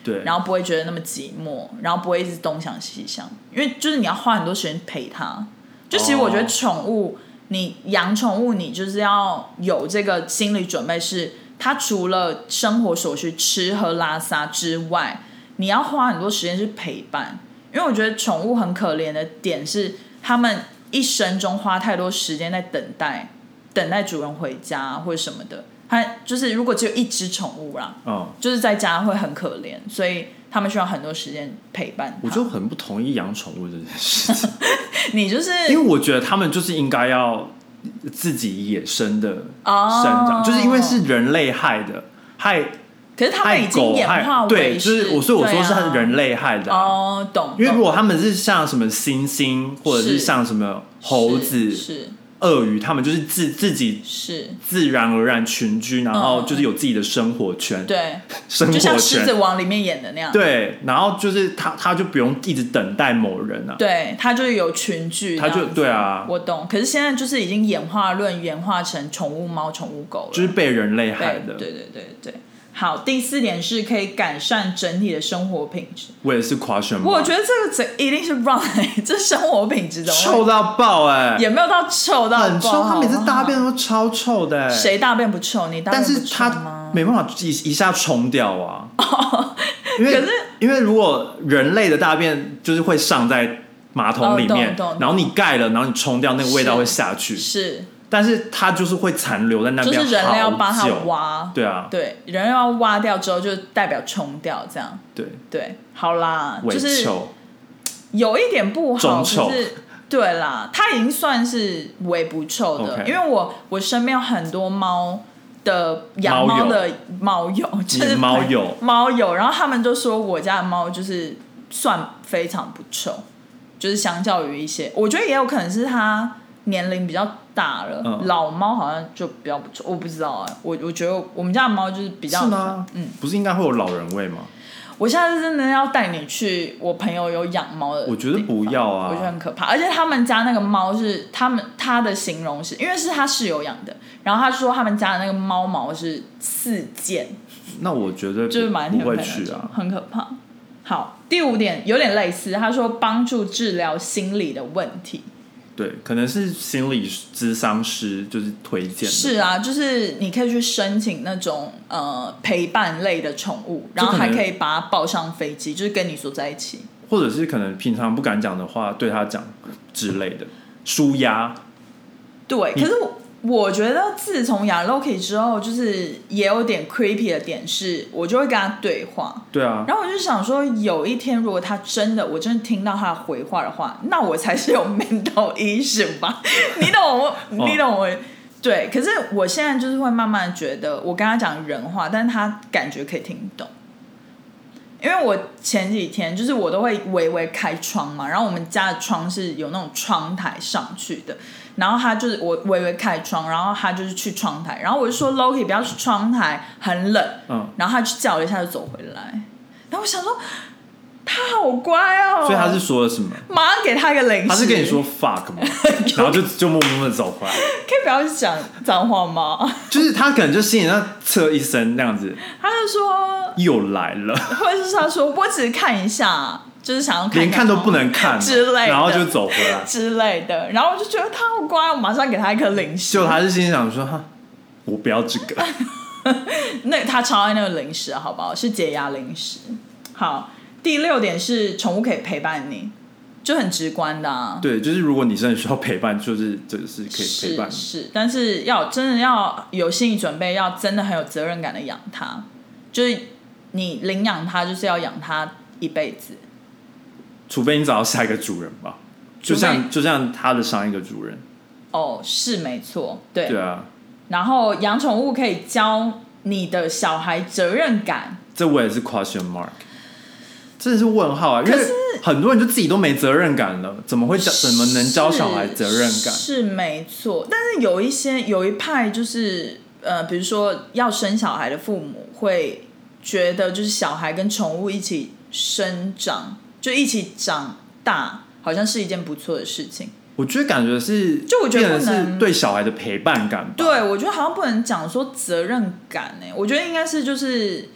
对， 然后不会觉得那么寂寞，然后不会一直东想西想，因为就是你要花很多时间陪它。就其实我觉得宠物，哦、你养宠物，你就是要有这个心理准备是。它除了生活所需吃喝拉撒之外，你要花很多时间去陪伴，因为我觉得宠物很可怜的点是，他们一生中花太多时间在等待，等待主人回家或者什么的。它就是如果只有一只宠物啦，哦，就是在家会很可怜，所以他们需要很多时间陪伴它。 我就很不同意养宠物这件事情。 你就是因为我觉得他们就是应该要。自己野生的生长， oh, 就是因为是人类害的，害， 可是他们已经演化为对，就是我，所以我说是人类害的、啊。 哦、啊， oh, 懂。 因为如果他们是像什么猩猩，或者是像什么猴子、 是鳄鱼，他们就是自自己是自然而然群居，然后就是有自己的生活圈， 对， 生活圈， 就像《狮子王》里面演的那样。 对，然后就是他，他就不用一直等待某人啊。 对，他就是有群聚， 他就对啊， 我懂。可是现在就是已经演化论演化成宠物猫、宠物狗了， 就是被人类害的。 对对对对。好，第四点是可以改善整体的生活品质。 我也是夸选， 我觉得这个整一定是 wrong，、欸、这生活品质怎么臭到爆哎、欸， 也没有到臭到爆， 很臭。他每次大便都超臭的、欸， 谁大便不臭？你大便不臭吗？ 但是他没办法一一下冲掉啊。因为可是因为如果人类的大便就是会上在马桶里面， 哦、 然后你盖了，然后你冲掉，那个味道会下去。 是。 但是它就是会残留在那边， 就是人类要帮它挖， 对啊， 对，人类要挖掉之后，就代表冲掉，这样， 对对，好啦， 伪臭就是有一点不好， 可是，对啦，它已经算是伪不臭的， okay. 因为我我身边有很多猫的养猫的猫友，就是猫友猫友，然后他们就说我家的猫就是算非常不臭，就是相较于一些，我觉得也有可能是它年龄比较大了，嗯、老猫好像就比较不臭，我不知道哎、欸，我我觉得我们家的猫就是比较， 是吗？嗯，不是应该会有老人味吗？ 我现在真的要带你去我朋友有养猫的地方， 我觉得不要啊， 我觉得很可怕。而且他们家那个猫是他们他的形容是因为是他室友养的，然后他说他们家的那个猫毛是四件， 那我觉得就是蛮不会去啊， 很可怕。好，第五点有点类似，他说帮助治疗心理的问题。 对，可能是心理咨商师就是推荐的。 是啊，就是你可以去申请那种呃陪伴类的宠物，然后还可以把它抱上飞机，就是跟你说在一起。 或者是可能平常不敢讲的话，对他讲之类的，舒压。 对，可是我我觉得自从养 Loki 之后，就是也有点 creepy 的点是，我就会跟他对话。 对啊。 然后我就想说，有一天如果他真的，我真的听到他的回话的话，那我才是有 mental issue 吧？你懂我？你懂我？哦、对。可是我现在就是会慢慢觉得，我跟他讲人话，但是他感觉可以听懂。因为我前几天就是我都会微微开窗嘛，然后我们家的窗是有那种窗台上去的。然后他就是我微微开窗，然后他就是去窗台，然后我就说 Loki 不要去窗台，很冷。嗯，然后他去叫了一下就走回来，然后我想说他好乖哦。 所以他是说了什么？ 马上给他一个零食。 他是跟你说 fuck 吗？然后就就默默的走回来。 可以不要讲脏话吗？ 就是他可能就心里那侧一声那样子， 他就说又来了， 或者是他说我只是看一下。就是想要看看连看都不能看之类的， 然后就走回来之类的，然后我就觉得他好乖，我马上给他一颗零食。 就他是心里想说，哈，我不要这个。 那他超爱那个零食，好不好？是解压零食。好，第六点是宠物可以陪伴你，就很直观的啊。 对，就是如果你真的需要陪伴，就是这个是可以陪伴你。 是，是，但是要真的要有心理准备，要真的很有责任感的养它，就是你领养它，就是要养它一辈子。 除非你找到下一个主人吧，就像就像他的上一个主人。 哦，是没错，对。 对啊。 然后养宠物可以教你的小孩责任感。 这我也是 question mark， 真的是问号啊！因为很多人就自己都没责任感了，怎么会教？怎么能教小孩责任感？ 是, 是没错，但是有一些有一派就是呃，比如说要生小孩的父母会觉得，就是小孩跟宠物一起生长。就一起长大，好像是一件不错的事情。 我觉得感觉是， 就我觉得不能是对小孩的陪伴感吧。 对，我觉得好像不能讲说责任感呢、欸。我觉得应该是就是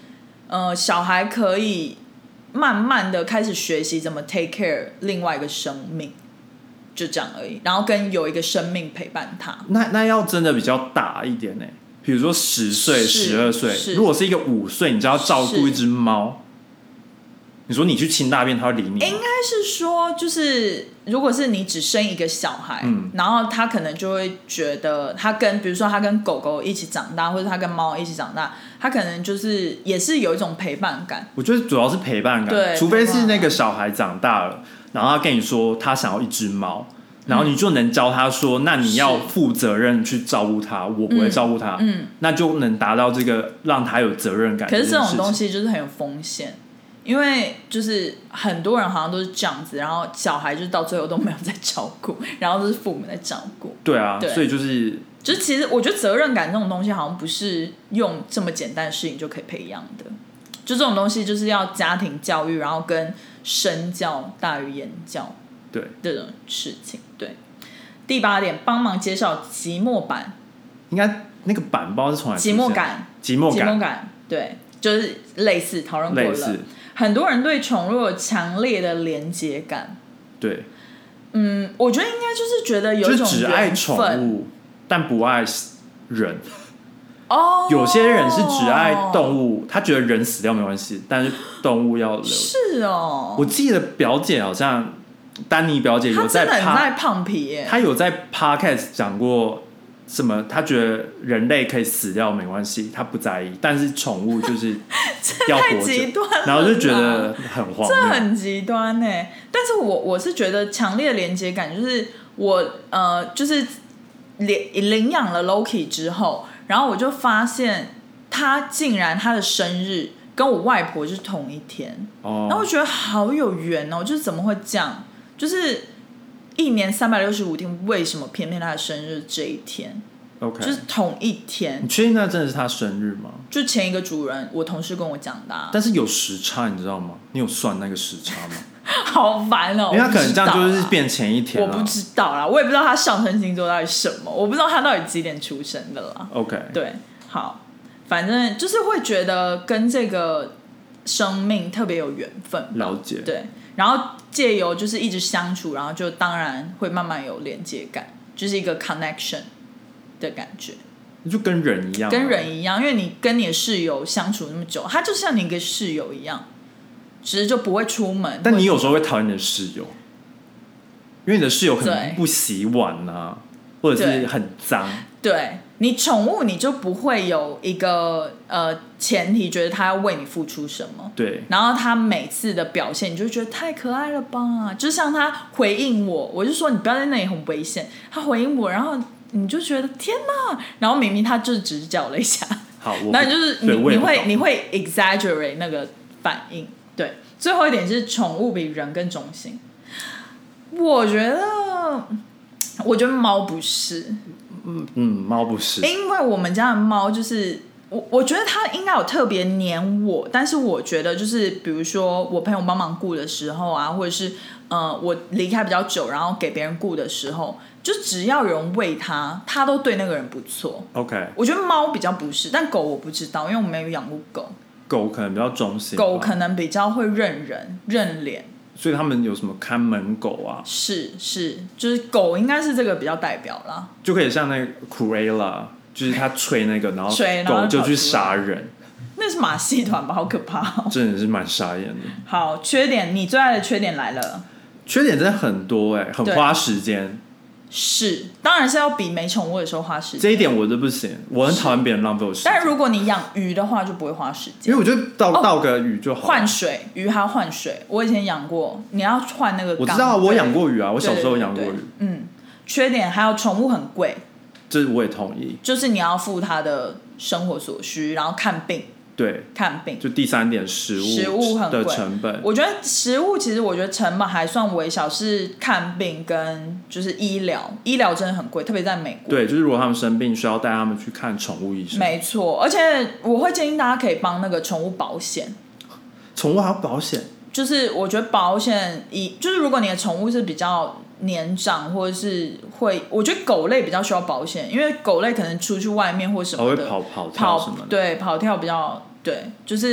呃，小孩可以慢慢的开始学习怎么 take care 另外一个生命，就这样而已。然后跟有一个生命陪伴他。 那那要真的比较大一点呢，比如说十岁、十二岁，如果是一个五岁，你就要照顾一只猫。你说你去清大便，他会理你吗？ 应该是说，就是如果是你只生一个小孩，嗯，然后他可能就会觉得，他跟比如说他跟狗狗一起长大，或者他跟猫一起长大，他可能就是也是有一种陪伴感。 我觉得主要是陪伴感，对，除非是那个小孩长大了，然后他跟你说他想要一只猫，然后你就能教他说，那你要负责任去照顾他，我不会照顾他，嗯，那就能达到这个让他有责任感。 可是这种东西就是很有风险。因为就是很多人好像都是这样子，然后小孩就到最后都没有在照顾，然后都是父母在照顾。 对啊，对，所以就是就是其实我觉得责任感这种东西好像不是用这么简单的事情就可以培养的，就这种东西就是要家庭教育，然后跟身教大于言教， 对这种事情。对，第八点，帮忙介绍寂寞版。 应该那个版不知道是从哪里出现。 寂寞感， 寂寞感， 寂寞感，对，就是类似讨论过了。很多人对宠物有强烈的连结感。 对， 嗯，我觉得应该就是觉得有一种就只爱宠物，但不爱人。 哦， 有些人是只爱动物，他觉得人死掉没关系，但是动物要留。 是哦， 我记得表姐好像丹妮表姐有在， 她真的很爱胖皮耶。 她有在 podcast 讲过。什么？他觉得人类可以死掉没关系，他不在意，但是宠物就是要活着，然后就觉得很荒谬， 这很极端耶。但是我我是觉得强烈的连接感，就是我呃，就是领领养了 Loki 之后，然后我就发现他竟然他的生日跟我外婆就是同一天，哦，然后我觉得好有缘哦，就是怎么会这样？就是一年三百六十五天，为什么偏偏他的生日这一天 ？OK， 就是同一天。 你确定那真的是他生日吗？ 就前一个主人，我同事跟我讲的，啊。 但是有时差，你知道吗？你有算那个时差吗？ 好烦哦！ 因为他可能这样就是变前一天， 我不知道啦，我也不知道他上升星座到底什么，我不知道他到底几点出生的啦。 OK， 对，好，反正就是会觉得跟这个生命特别有缘分， 了解， 对。然后借由就是一直相处，然后就当然会慢慢有连接感，就是一个 connection 的感觉， 就跟人一样，啊， 跟人一样，因为你跟你的室友相处那么久，他就像你一个室友一样，只是就不会出门。 但你有时候会讨厌你的室友，因为你的室友可能不洗碗啊，或者是很脏。 对，你宠物你就不会有一个呃前提，觉得他要为你付出什么。 对， 然后他每次的表现，你就觉得太可爱了吧？就像他回应我，我就说你不要在那里很危险。他回应我，然后你就觉得天哪！然后明明他就只是叫了一下， 好， 然后你就是你你会你会 exaggerate 那个反应。对，最后一点是宠物比人更忠心。我觉得，我觉得猫不是。 嗯嗯，猫不是， 因为我们家的猫就是我，我觉得它应该有特别黏我，但是我觉得就是比如说我朋友帮忙顾的时候啊，或者是呃我离开比较久，然后给别人顾的时候，就只要有人喂它，它都对那个人不错。 OK， 我觉得猫比较不是，但狗我不知道，因为我没有养过狗。 狗可能比较忠心， 狗可能比较会认人认脸。 所以他们有什么看门狗啊？ 是是，就是狗应该是这个比较代表啦， 就可以像那个 Cruella， 就是他吹那个，然后狗就去杀人。 那是马戏团吧？好可怕哦！ 真的是蛮傻眼的。 好，缺点，你最爱的缺点来了。 缺点真的很多哎，欸，很花时间。 是，当然是要比没宠物的时候花时间。 这一点我都不行，我很讨厌别人浪费我时间。 但如果你养鱼的话，就不会花时间， 因为我觉得倒，哦，倒个鱼就好。 换水，鱼还要换水。我以前养过，你要换那个缸。 我知道，我养过鱼啊，我小时候养过鱼。 对对对对，嗯，缺点还有宠物很贵， 这我也同意。 就是你要付它的生活所需，然后看病。 对， 看病。 就第三点，食物食物很贵的成本。 我觉得食物其实我觉得成本还算微小，是看病跟就是医疗，医疗真的很贵，特别在美国。 对，就是如果他们生病，需要带他们去看宠物医生。 没错，而且我会建议大家可以帮那个宠物保险。 宠物还有保险？ 就是我觉得保险，以就是如果你的宠物是比较年长，或者是会，我觉得狗类比较需要保险，因为狗类可能出去外面或什么的， 哦，会跑跑跳什么的， 对，跑跳比较对，就是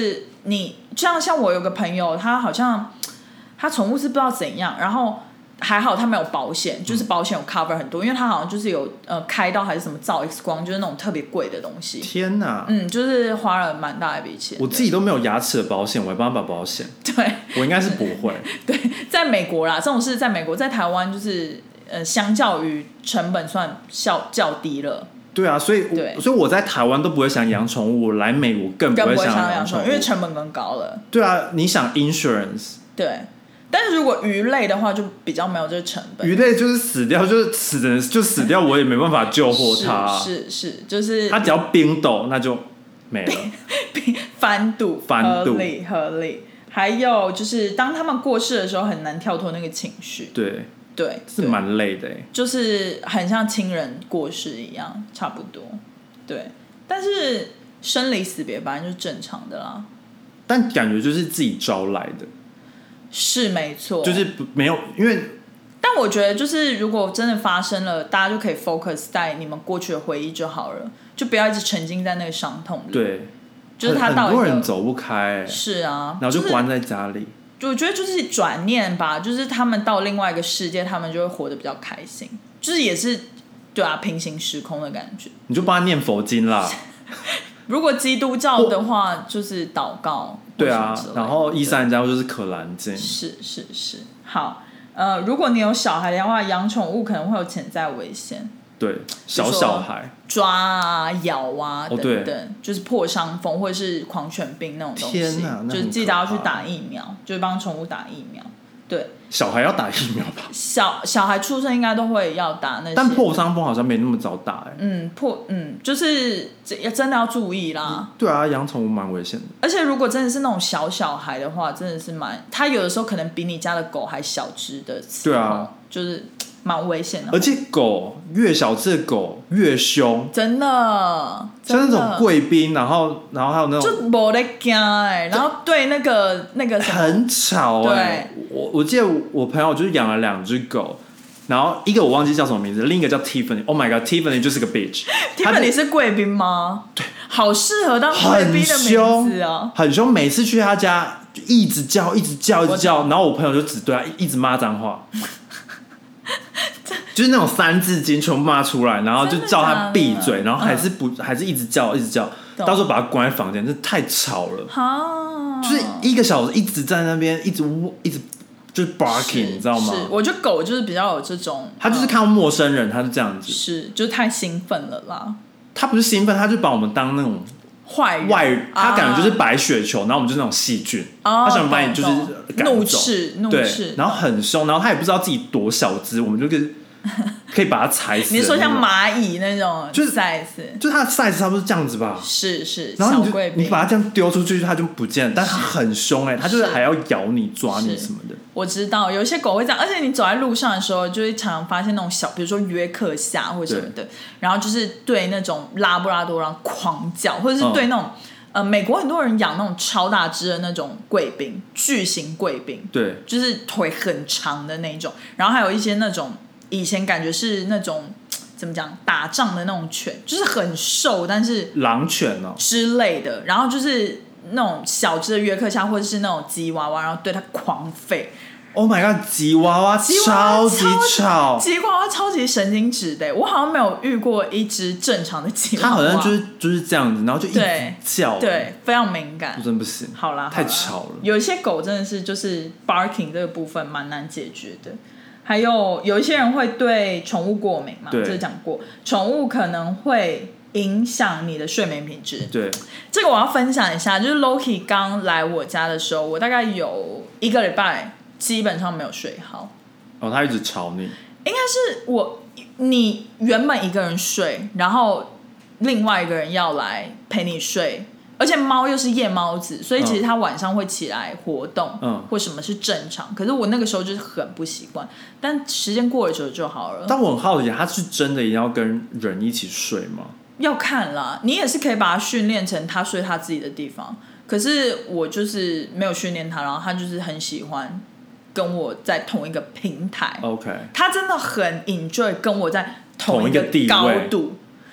你像像我有个朋友，他好像他宠物是不知道怎样，然后还好他没有保险，就是保险有 cover 很多，因为他好像就是有呃开刀还是什么照 X 光，就是那种特别贵的东西。 天哪！ 嗯，就是花了蛮大一笔钱。 我自己都没有牙齿的保险，我还帮他保保险。 对， 我应该是不会。 对，在美国啦，这种事在美国，在台湾就是呃，相较于成本算较较低了。 对啊，所以所以我在台湾都不会想养宠物，我来美国更不会想养宠物， 因为成本更高了。 对啊，你想 insurance？ 对。但是如果鱼类的话，就比较没有这个成本。 鱼类就是死掉，就是死的人就死掉，我也没办法救活它。 是是是，就是它只要冰斗，那就没了。 翻肚， 翻肚， 合理合理。还有就是，当他们过世的时候，很难跳脱那个情绪。 对对， 是蛮累的， 就是很像亲人过世一样，差不多。对，但是生离死别本来就是正常的啦。 但感觉就是自己招来的。 是没错， 就是没有，因为， 但我觉得就是如果真的发生了，大家就可以 focus 在你们过去的回忆就好了，就不要一直沉浸在那个伤痛里。 对， 就是他到很多人走不开， 是啊， 然后就关在家里。 就是、我觉得就是转念吧，就是他们到另外一个世界，他们就会活得比较开心，就是也是对啊，平行时空的感觉。 你就帮他念佛经啦。 如果基督教的话，就是祷告。 对啊，然后伊斯兰教就是可兰经。 是是是，好，呃，如果你有小孩的话，养宠物可能会有潜在危险。 对，小小孩抓啊、咬啊等等， 哦、 就是破伤风或者是狂犬病那种东西。 天哪， 就是记得要去打疫苗，就是帮宠物打疫苗。对， 小孩要打疫苗吧？ 小小孩出生应该都会要打那些， 但破伤风好像没那么早打哎、欸。 嗯，破嗯，就是真的要注意啦。 对啊，养宠物蛮危险的。 而且如果真的是那种小小孩的话，真的是蛮，他有的时候可能比你家的狗还小只的时候，对啊，就是蛮危险的。 而且狗越小只的狗越凶， 真的， 像那种贵宾，然后然后还有那种就没得惊哎，然后对那个那个什么很吵哎、欸。我我记得我朋友就是养了两只狗，然后一个我忘记叫什么名字，另一个叫 Tiffany。Oh my god， Tiffany 就是个 bitch。Tiffany 是贵宾吗？对，好适合当贵宾的名字啊， 很凶。每次去他家就一直叫，一直叫，一直叫，然后我朋友就只对他一直骂脏话。就是那种三字经全部骂出来，然后就叫他闭嘴，然后还是不、嗯、还是一直叫一直叫，到时候把他关在房间，这太吵了。啊、就是一个小时一直在那边一直一直就是 barking， 你知道吗？ 是，我觉得狗就是比较有这种， 他就是看到陌生人，他就这样子， 是，就是太兴奋了啦。 他不是兴奋，他就把我们当那种坏人， 外人，他感觉就是白雪球，然后我们就是那种细菌， 啊、 他想把你就是赶走， 怒斥，怒斥， 然后很凶，然后他也不知道自己多小只，我们就跟。可以把它踩死。 你说像蚂蚁那种 size， 就是它的 size 差不多是这样子吧？ 是是。 然后你就你把它这样丢出去，它就不见了。但它很凶哎、欸，它就是还要咬你、抓你什么的。 我知道有一些狗会这样，而且你走在路上的时候，就会常常发现那种小，比如说约克夏或者什么的，然后就是对那种拉布拉多然后狂叫，或者是对那种、嗯、呃美国很多人养那种超大只的那种贵宾，巨型贵宾， 对， 就是腿很长的那种，然后还有一些那种。以前感觉是那种怎么讲打仗的那种犬，就是很瘦，但是狼犬哦之类的，然后就是那种小只的约克夏或者是那种吉娃娃，然后对它狂吠。 Oh my god， 吉娃娃超级吵， 吉娃娃超级神经质的，我好像没有遇过一只正常的吉娃娃， 它好像就是就是这样子，然后就一直叫， 对，对，非常敏感， 真不行。 好啦， 太吵了。 有一些狗真的是就是 barking 这个部分蛮难解决的。还有有一些人会对宠物过敏嘛，这讲过，宠物可能会影响你的睡眠品质。 对， 这个我要分享一下，就是 Loki 刚来我家的时候，我大概有一个礼拜基本上没有睡好。 哦，他一直吵你？ 应该是我，你原本一个人睡，然后另外一个人要来陪你睡。而且猫又是夜猫子，所以其实它晚上会起来活动，嗯，或什么是正常。可是我那个时候就是很不习惯，但时间过了久就好了。 但我很好奇，它是真的一定要跟人一起睡吗？ 要看啦，你也是可以把它训练成它睡它自己的地方。可是我就是没有训练它，然后它就是很喜欢跟我在同一个平台。 OK， 它真的很 enjoy 跟我在同一个高度。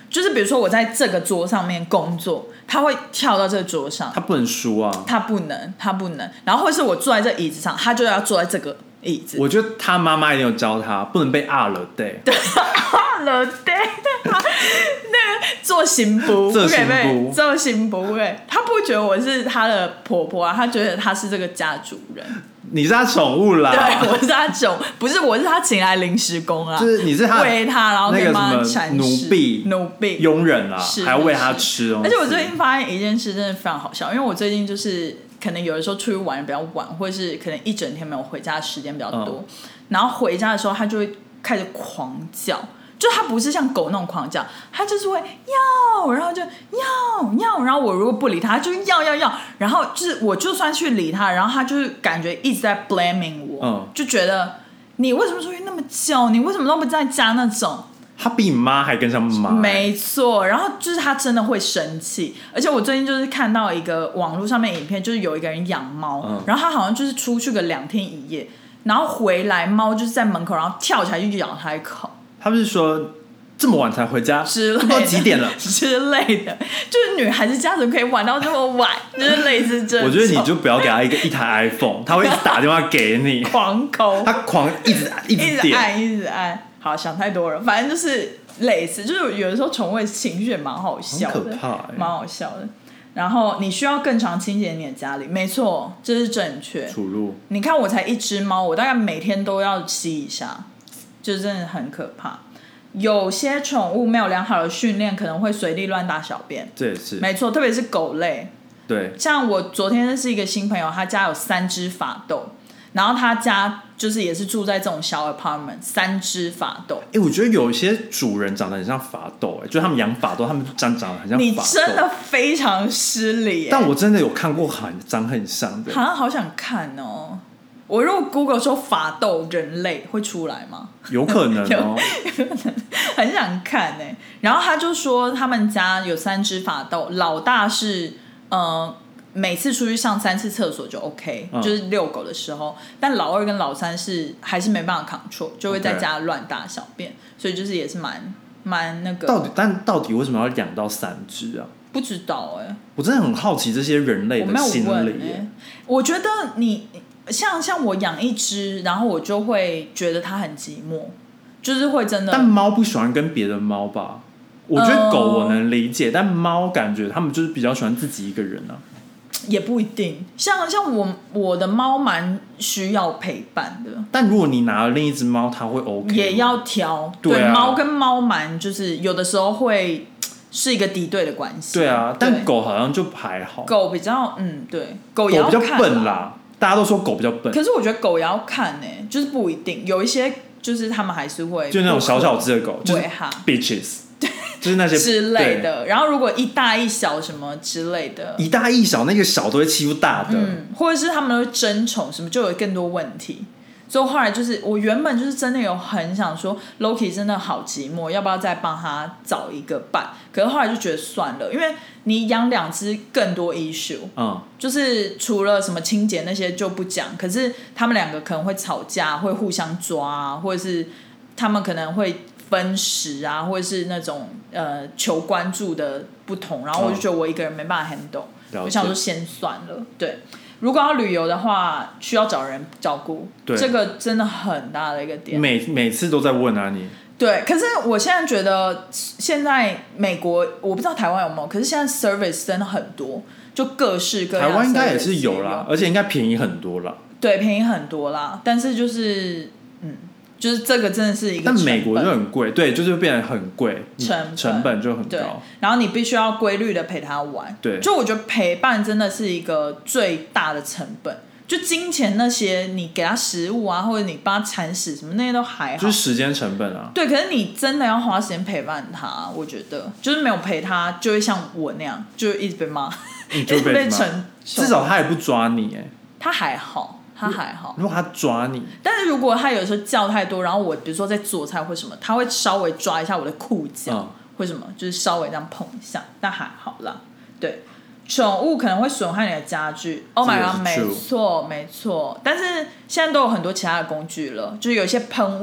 就是比如说我在这个桌上面工作，他会跳到这个桌上， 他不能输啊， 他不能，他不能。然后或是我坐在这椅子上，他就要坐在这个椅子。 我觉得他妈妈一定有教他，不能被啊了 day。 对，啊了 day， 那个做行不， 做行不，做行不，哎，他不觉得我是他的婆婆啊，他觉得他是这个家主人。 你是他宠物啦， 对，我是他宠，不是，我是他请来临时工啊， 就是你是他喂他，然后那个帮他什么奴婢、 奴婢、 佣人啊，还要喂他吃哦。 而且我最近发现一件事，真的非常好笑，因为我最近就是可能有的时候出去玩比较晚，或者是可能一整天没有回家的时间比较多，嗯、然后回家的时候他就会开始狂叫。就它不是像狗那种狂叫，它就是会要，然后就要要，然后我如果不理它，它就要要要，然后就是我就算去理它，然后它就是感觉一直在 blaming 我，嗯、就觉得你为什么出去那么久，你为什么都不在家那种。 他比你妈还跟上妈， 没错。然后就是他真的会生气，而且我最近就是看到一个网络上面影片，就是有一个人养猫，嗯、然后他好像就是出去个两天一夜，然后回来猫就是在门口，然后跳起来就咬他一口。 他们是说这么晚才回家之类的， 不知道几点了之类的，就是女孩子家怎么可以玩到这么晚，就是类似这种。 我觉得你就不要给他一个一台 iPhone， 他会一直打电话给你， 狂抠， 他狂一直一直一直按一直按。好，想太多了，反正就是类似，就是有的时候宠物的情绪也蛮好笑的， 很可怕欸， 蛮好笑的。然后你需要更常清洁你的家里，没错，这是正确。 出入， 你看我才一只猫，我大概每天都要吸一下，就真的很可怕。有些宠物没有良好的训练，可能会随地乱大小便。 这也是没错，特别是狗类。 对， 像我昨天认识一个新朋友，他家有三只法斗，然后他家就是也是住在这种小 apartment， 三只法斗。 哎、欸，我觉得有一些主人长得很像法斗，哎，就是他们养法斗，他们长长得很像法斗。 你真的非常失礼， 但我真的有看过很长很像的， 好像好想看哦。我如果 Google 说法斗人类会出来吗？ 有可能哦， 有可能，很想看哎。然后他就说他们家有三只法斗，老大是呃每次出去上三次厕所就 OK，、嗯、就是遛狗的时候，但老二跟老三是还是没办法 control， 就会在家乱大小便， okay. 所以就是也是蛮蛮那个。 到底但到底为什么要养到三只啊？ 不知道哎、欸， 我真的很好奇这些人类的心理。我没有问欸、我觉得你。像像我养一只，然后我就会觉得它很寂寞，就是会真的。 但猫不喜欢跟别的猫吧？我觉得狗我能理解，呃、但猫感觉他们就是比较喜欢自己一个人啊。 也不一定，像像我我的猫蛮需要陪伴的。 但如果你拿了另一只猫，它会 OK， 也要挑。 对啊， 猫跟猫蛮就是有的时候会是一个敌对的关系。 对啊，但狗好像就还好。 狗比较嗯，对，狗也要看狗比较笨啦。大家都说狗比较笨， 可是我觉得狗也要看呢、欸，就是不一定，有一些就是他们还是会， 就那种小小只的狗，就是 bitches， 就是那些之类的。然后如果一大一小什么之类的， 一大一小那个小都会欺负大的， 嗯，或者是他们都会争宠什么，就有更多问题。所以后来就是我原本就是真的有很想说 Loki 真的好寂寞，要不要再帮他找一个伴？可是后来就觉得算了，因为你养两只更多 issue， 嗯，就是除了什么清洁那些就不讲，可是他们两个可能会吵架，会互相抓啊，或者是他们可能会分食啊，或者是那种呃求关注的不同，然后我就觉得我一个人没办法 handle，、嗯、我想说先算了，对。如果要旅游的话，需要找人照顾，这个真的很大的一个点。 每每次都在问啊你。 对，可是我现在觉得，现在美国我不知道台湾有没有，可是现在 service 真的很多，就各式各样的 service 也有。 台湾应该也是有啦，而且应该便宜很多啦。 对，便宜很多啦，但是就是嗯。就是这个真的是一个成本， 但美国就很贵，对，就是变得很贵， 成本成本就很高。 然后你必须要规律的陪他玩， 对， 就我觉得陪伴真的是一个最大的成本。就金钱那些，你给他食物啊，或者你帮他铲屎什么那些都还好， 就是时间成本啊。 对，可是你真的要花时间陪伴他，我觉得就是没有陪他，就会像我那样，就一直被骂， 你就被骂。至少他也不抓你哎， 他还好。他还好， 如果他抓你， 但是如果他有时候叫太多，然后我比如说在做菜或什么，他会稍微抓一下我的裤脚，嗯、或什么，就是稍微这样碰一下，但还好啦。对，宠物可能会损害你的家具 ，Oh my god， 没错没错。但是现在都有很多其他的工具了，就是有一些喷雾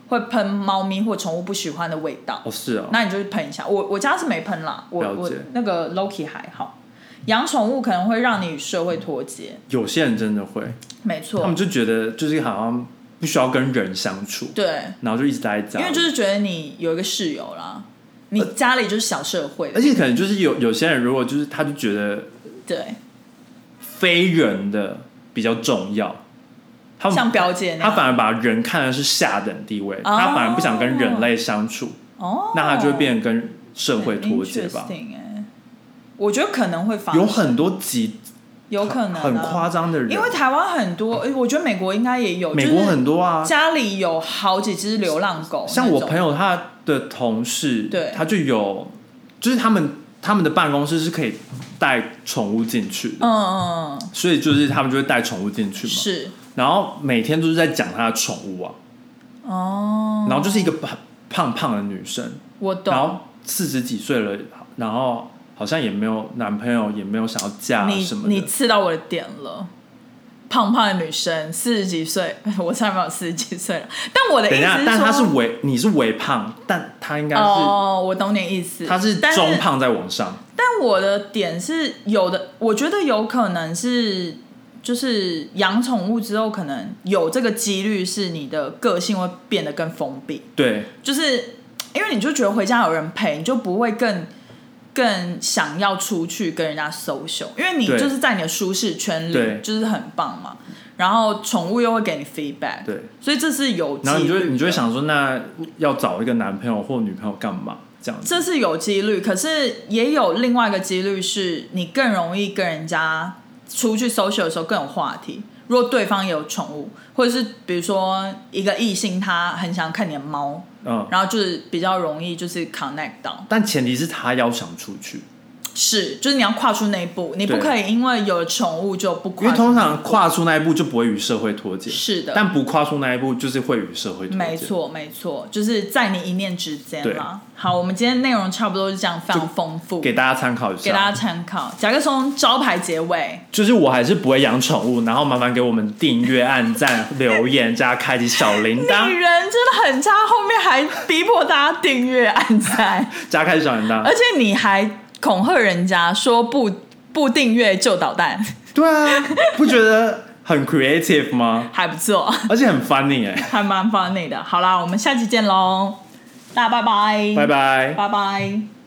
会喷猫咪或宠物不喜欢的味道。 哦，是哦。 那你就去喷一下。我我家是没喷啦，我我那个 Loki 还好。养宠物可能会让你与社会脱节， 有些人真的会， 没错， 他们就觉得就是好像不需要跟人相处， 对， 然后就一直待在家里， 因为就是觉得你有一个室友啦，你家里就是小社会， 而且可能就是有有些人如果就是他就觉得对非人的比较重要，他像表姐那样， 他反而把人看的是下等地位，哦、他反而不想跟人类相处，哦，那他就会变成跟社会脱节吧。 我觉得可能会发生， 有很多极有可能、啊、 很夸张的人， 因为台湾很多，我觉得美国应该也有， 美国很多啊， 家里有好几只流浪狗。 像我朋友他的同事， 对， 他就有，就是他们他们的办公室是可以带宠物进去的，嗯嗯嗯，所以就是他们就会带宠物进去嘛， 是， 然后每天都是在讲他的宠物啊，哦，然后就是一个胖胖的女生， 我懂， 然后四十几岁了，然后。好像也没有男朋友，也没有想要嫁什么的。 你你刺到我的点了，胖胖的女生，四十几岁，我才没有四十几岁了。但我的意思是说， 等一下，但她是微，你是微胖，但她应该是哦，我懂你意思， 她是中胖在往上。 但我的点是有的，我觉得有可能是，就是养宠物之后，可能有这个几率是你的个性会变得更封闭。 对， 就是因为你就觉得回家有人陪，你就不会更。更想要出去跟人家 social， 因为你就是在你的舒适圈里，就是很棒嘛。然后宠物又会给你 feedback， 对，所以这是有几率的。 然后你就你就会想说，那要找一个男朋友或女朋友干嘛？这样子， 这是有几率，可是也有另外一个几率，是你更容易跟人家出去 social 的时候更有话题。如果对方也有宠物，或者是比如说一个异性他很想看你的猫，嗯，然后就是比较容易就是 connect 到， 但前提是他要想出去， 是就是你要跨出那一步，你不可以因为有宠物就不跨出， 因为通常跨出那一步就不会与社会脱节， 是的， 但不跨出那一步就是会与社会脱节， 没错没错，就是在你一念之间啦。好，我们今天内容差不多是这样，非常丰富， 给大家参考一下， 给大家参考。甲壳虫招牌结尾， 就是我还是不会养宠物，然后麻烦给我们订阅、按赞、留言，加开启小铃铛。 你人真的很差，后面还逼迫大家订阅、按赞、 加开启小铃铛， 而且你还恐吓人家说不不订阅就捣蛋。 对啊，不觉得很 creative 吗？ 还不错， 而且很 funny 哎、欸， 还蛮 funny 的。好啦，我们下期见喽，大家拜拜， 拜拜， 拜拜。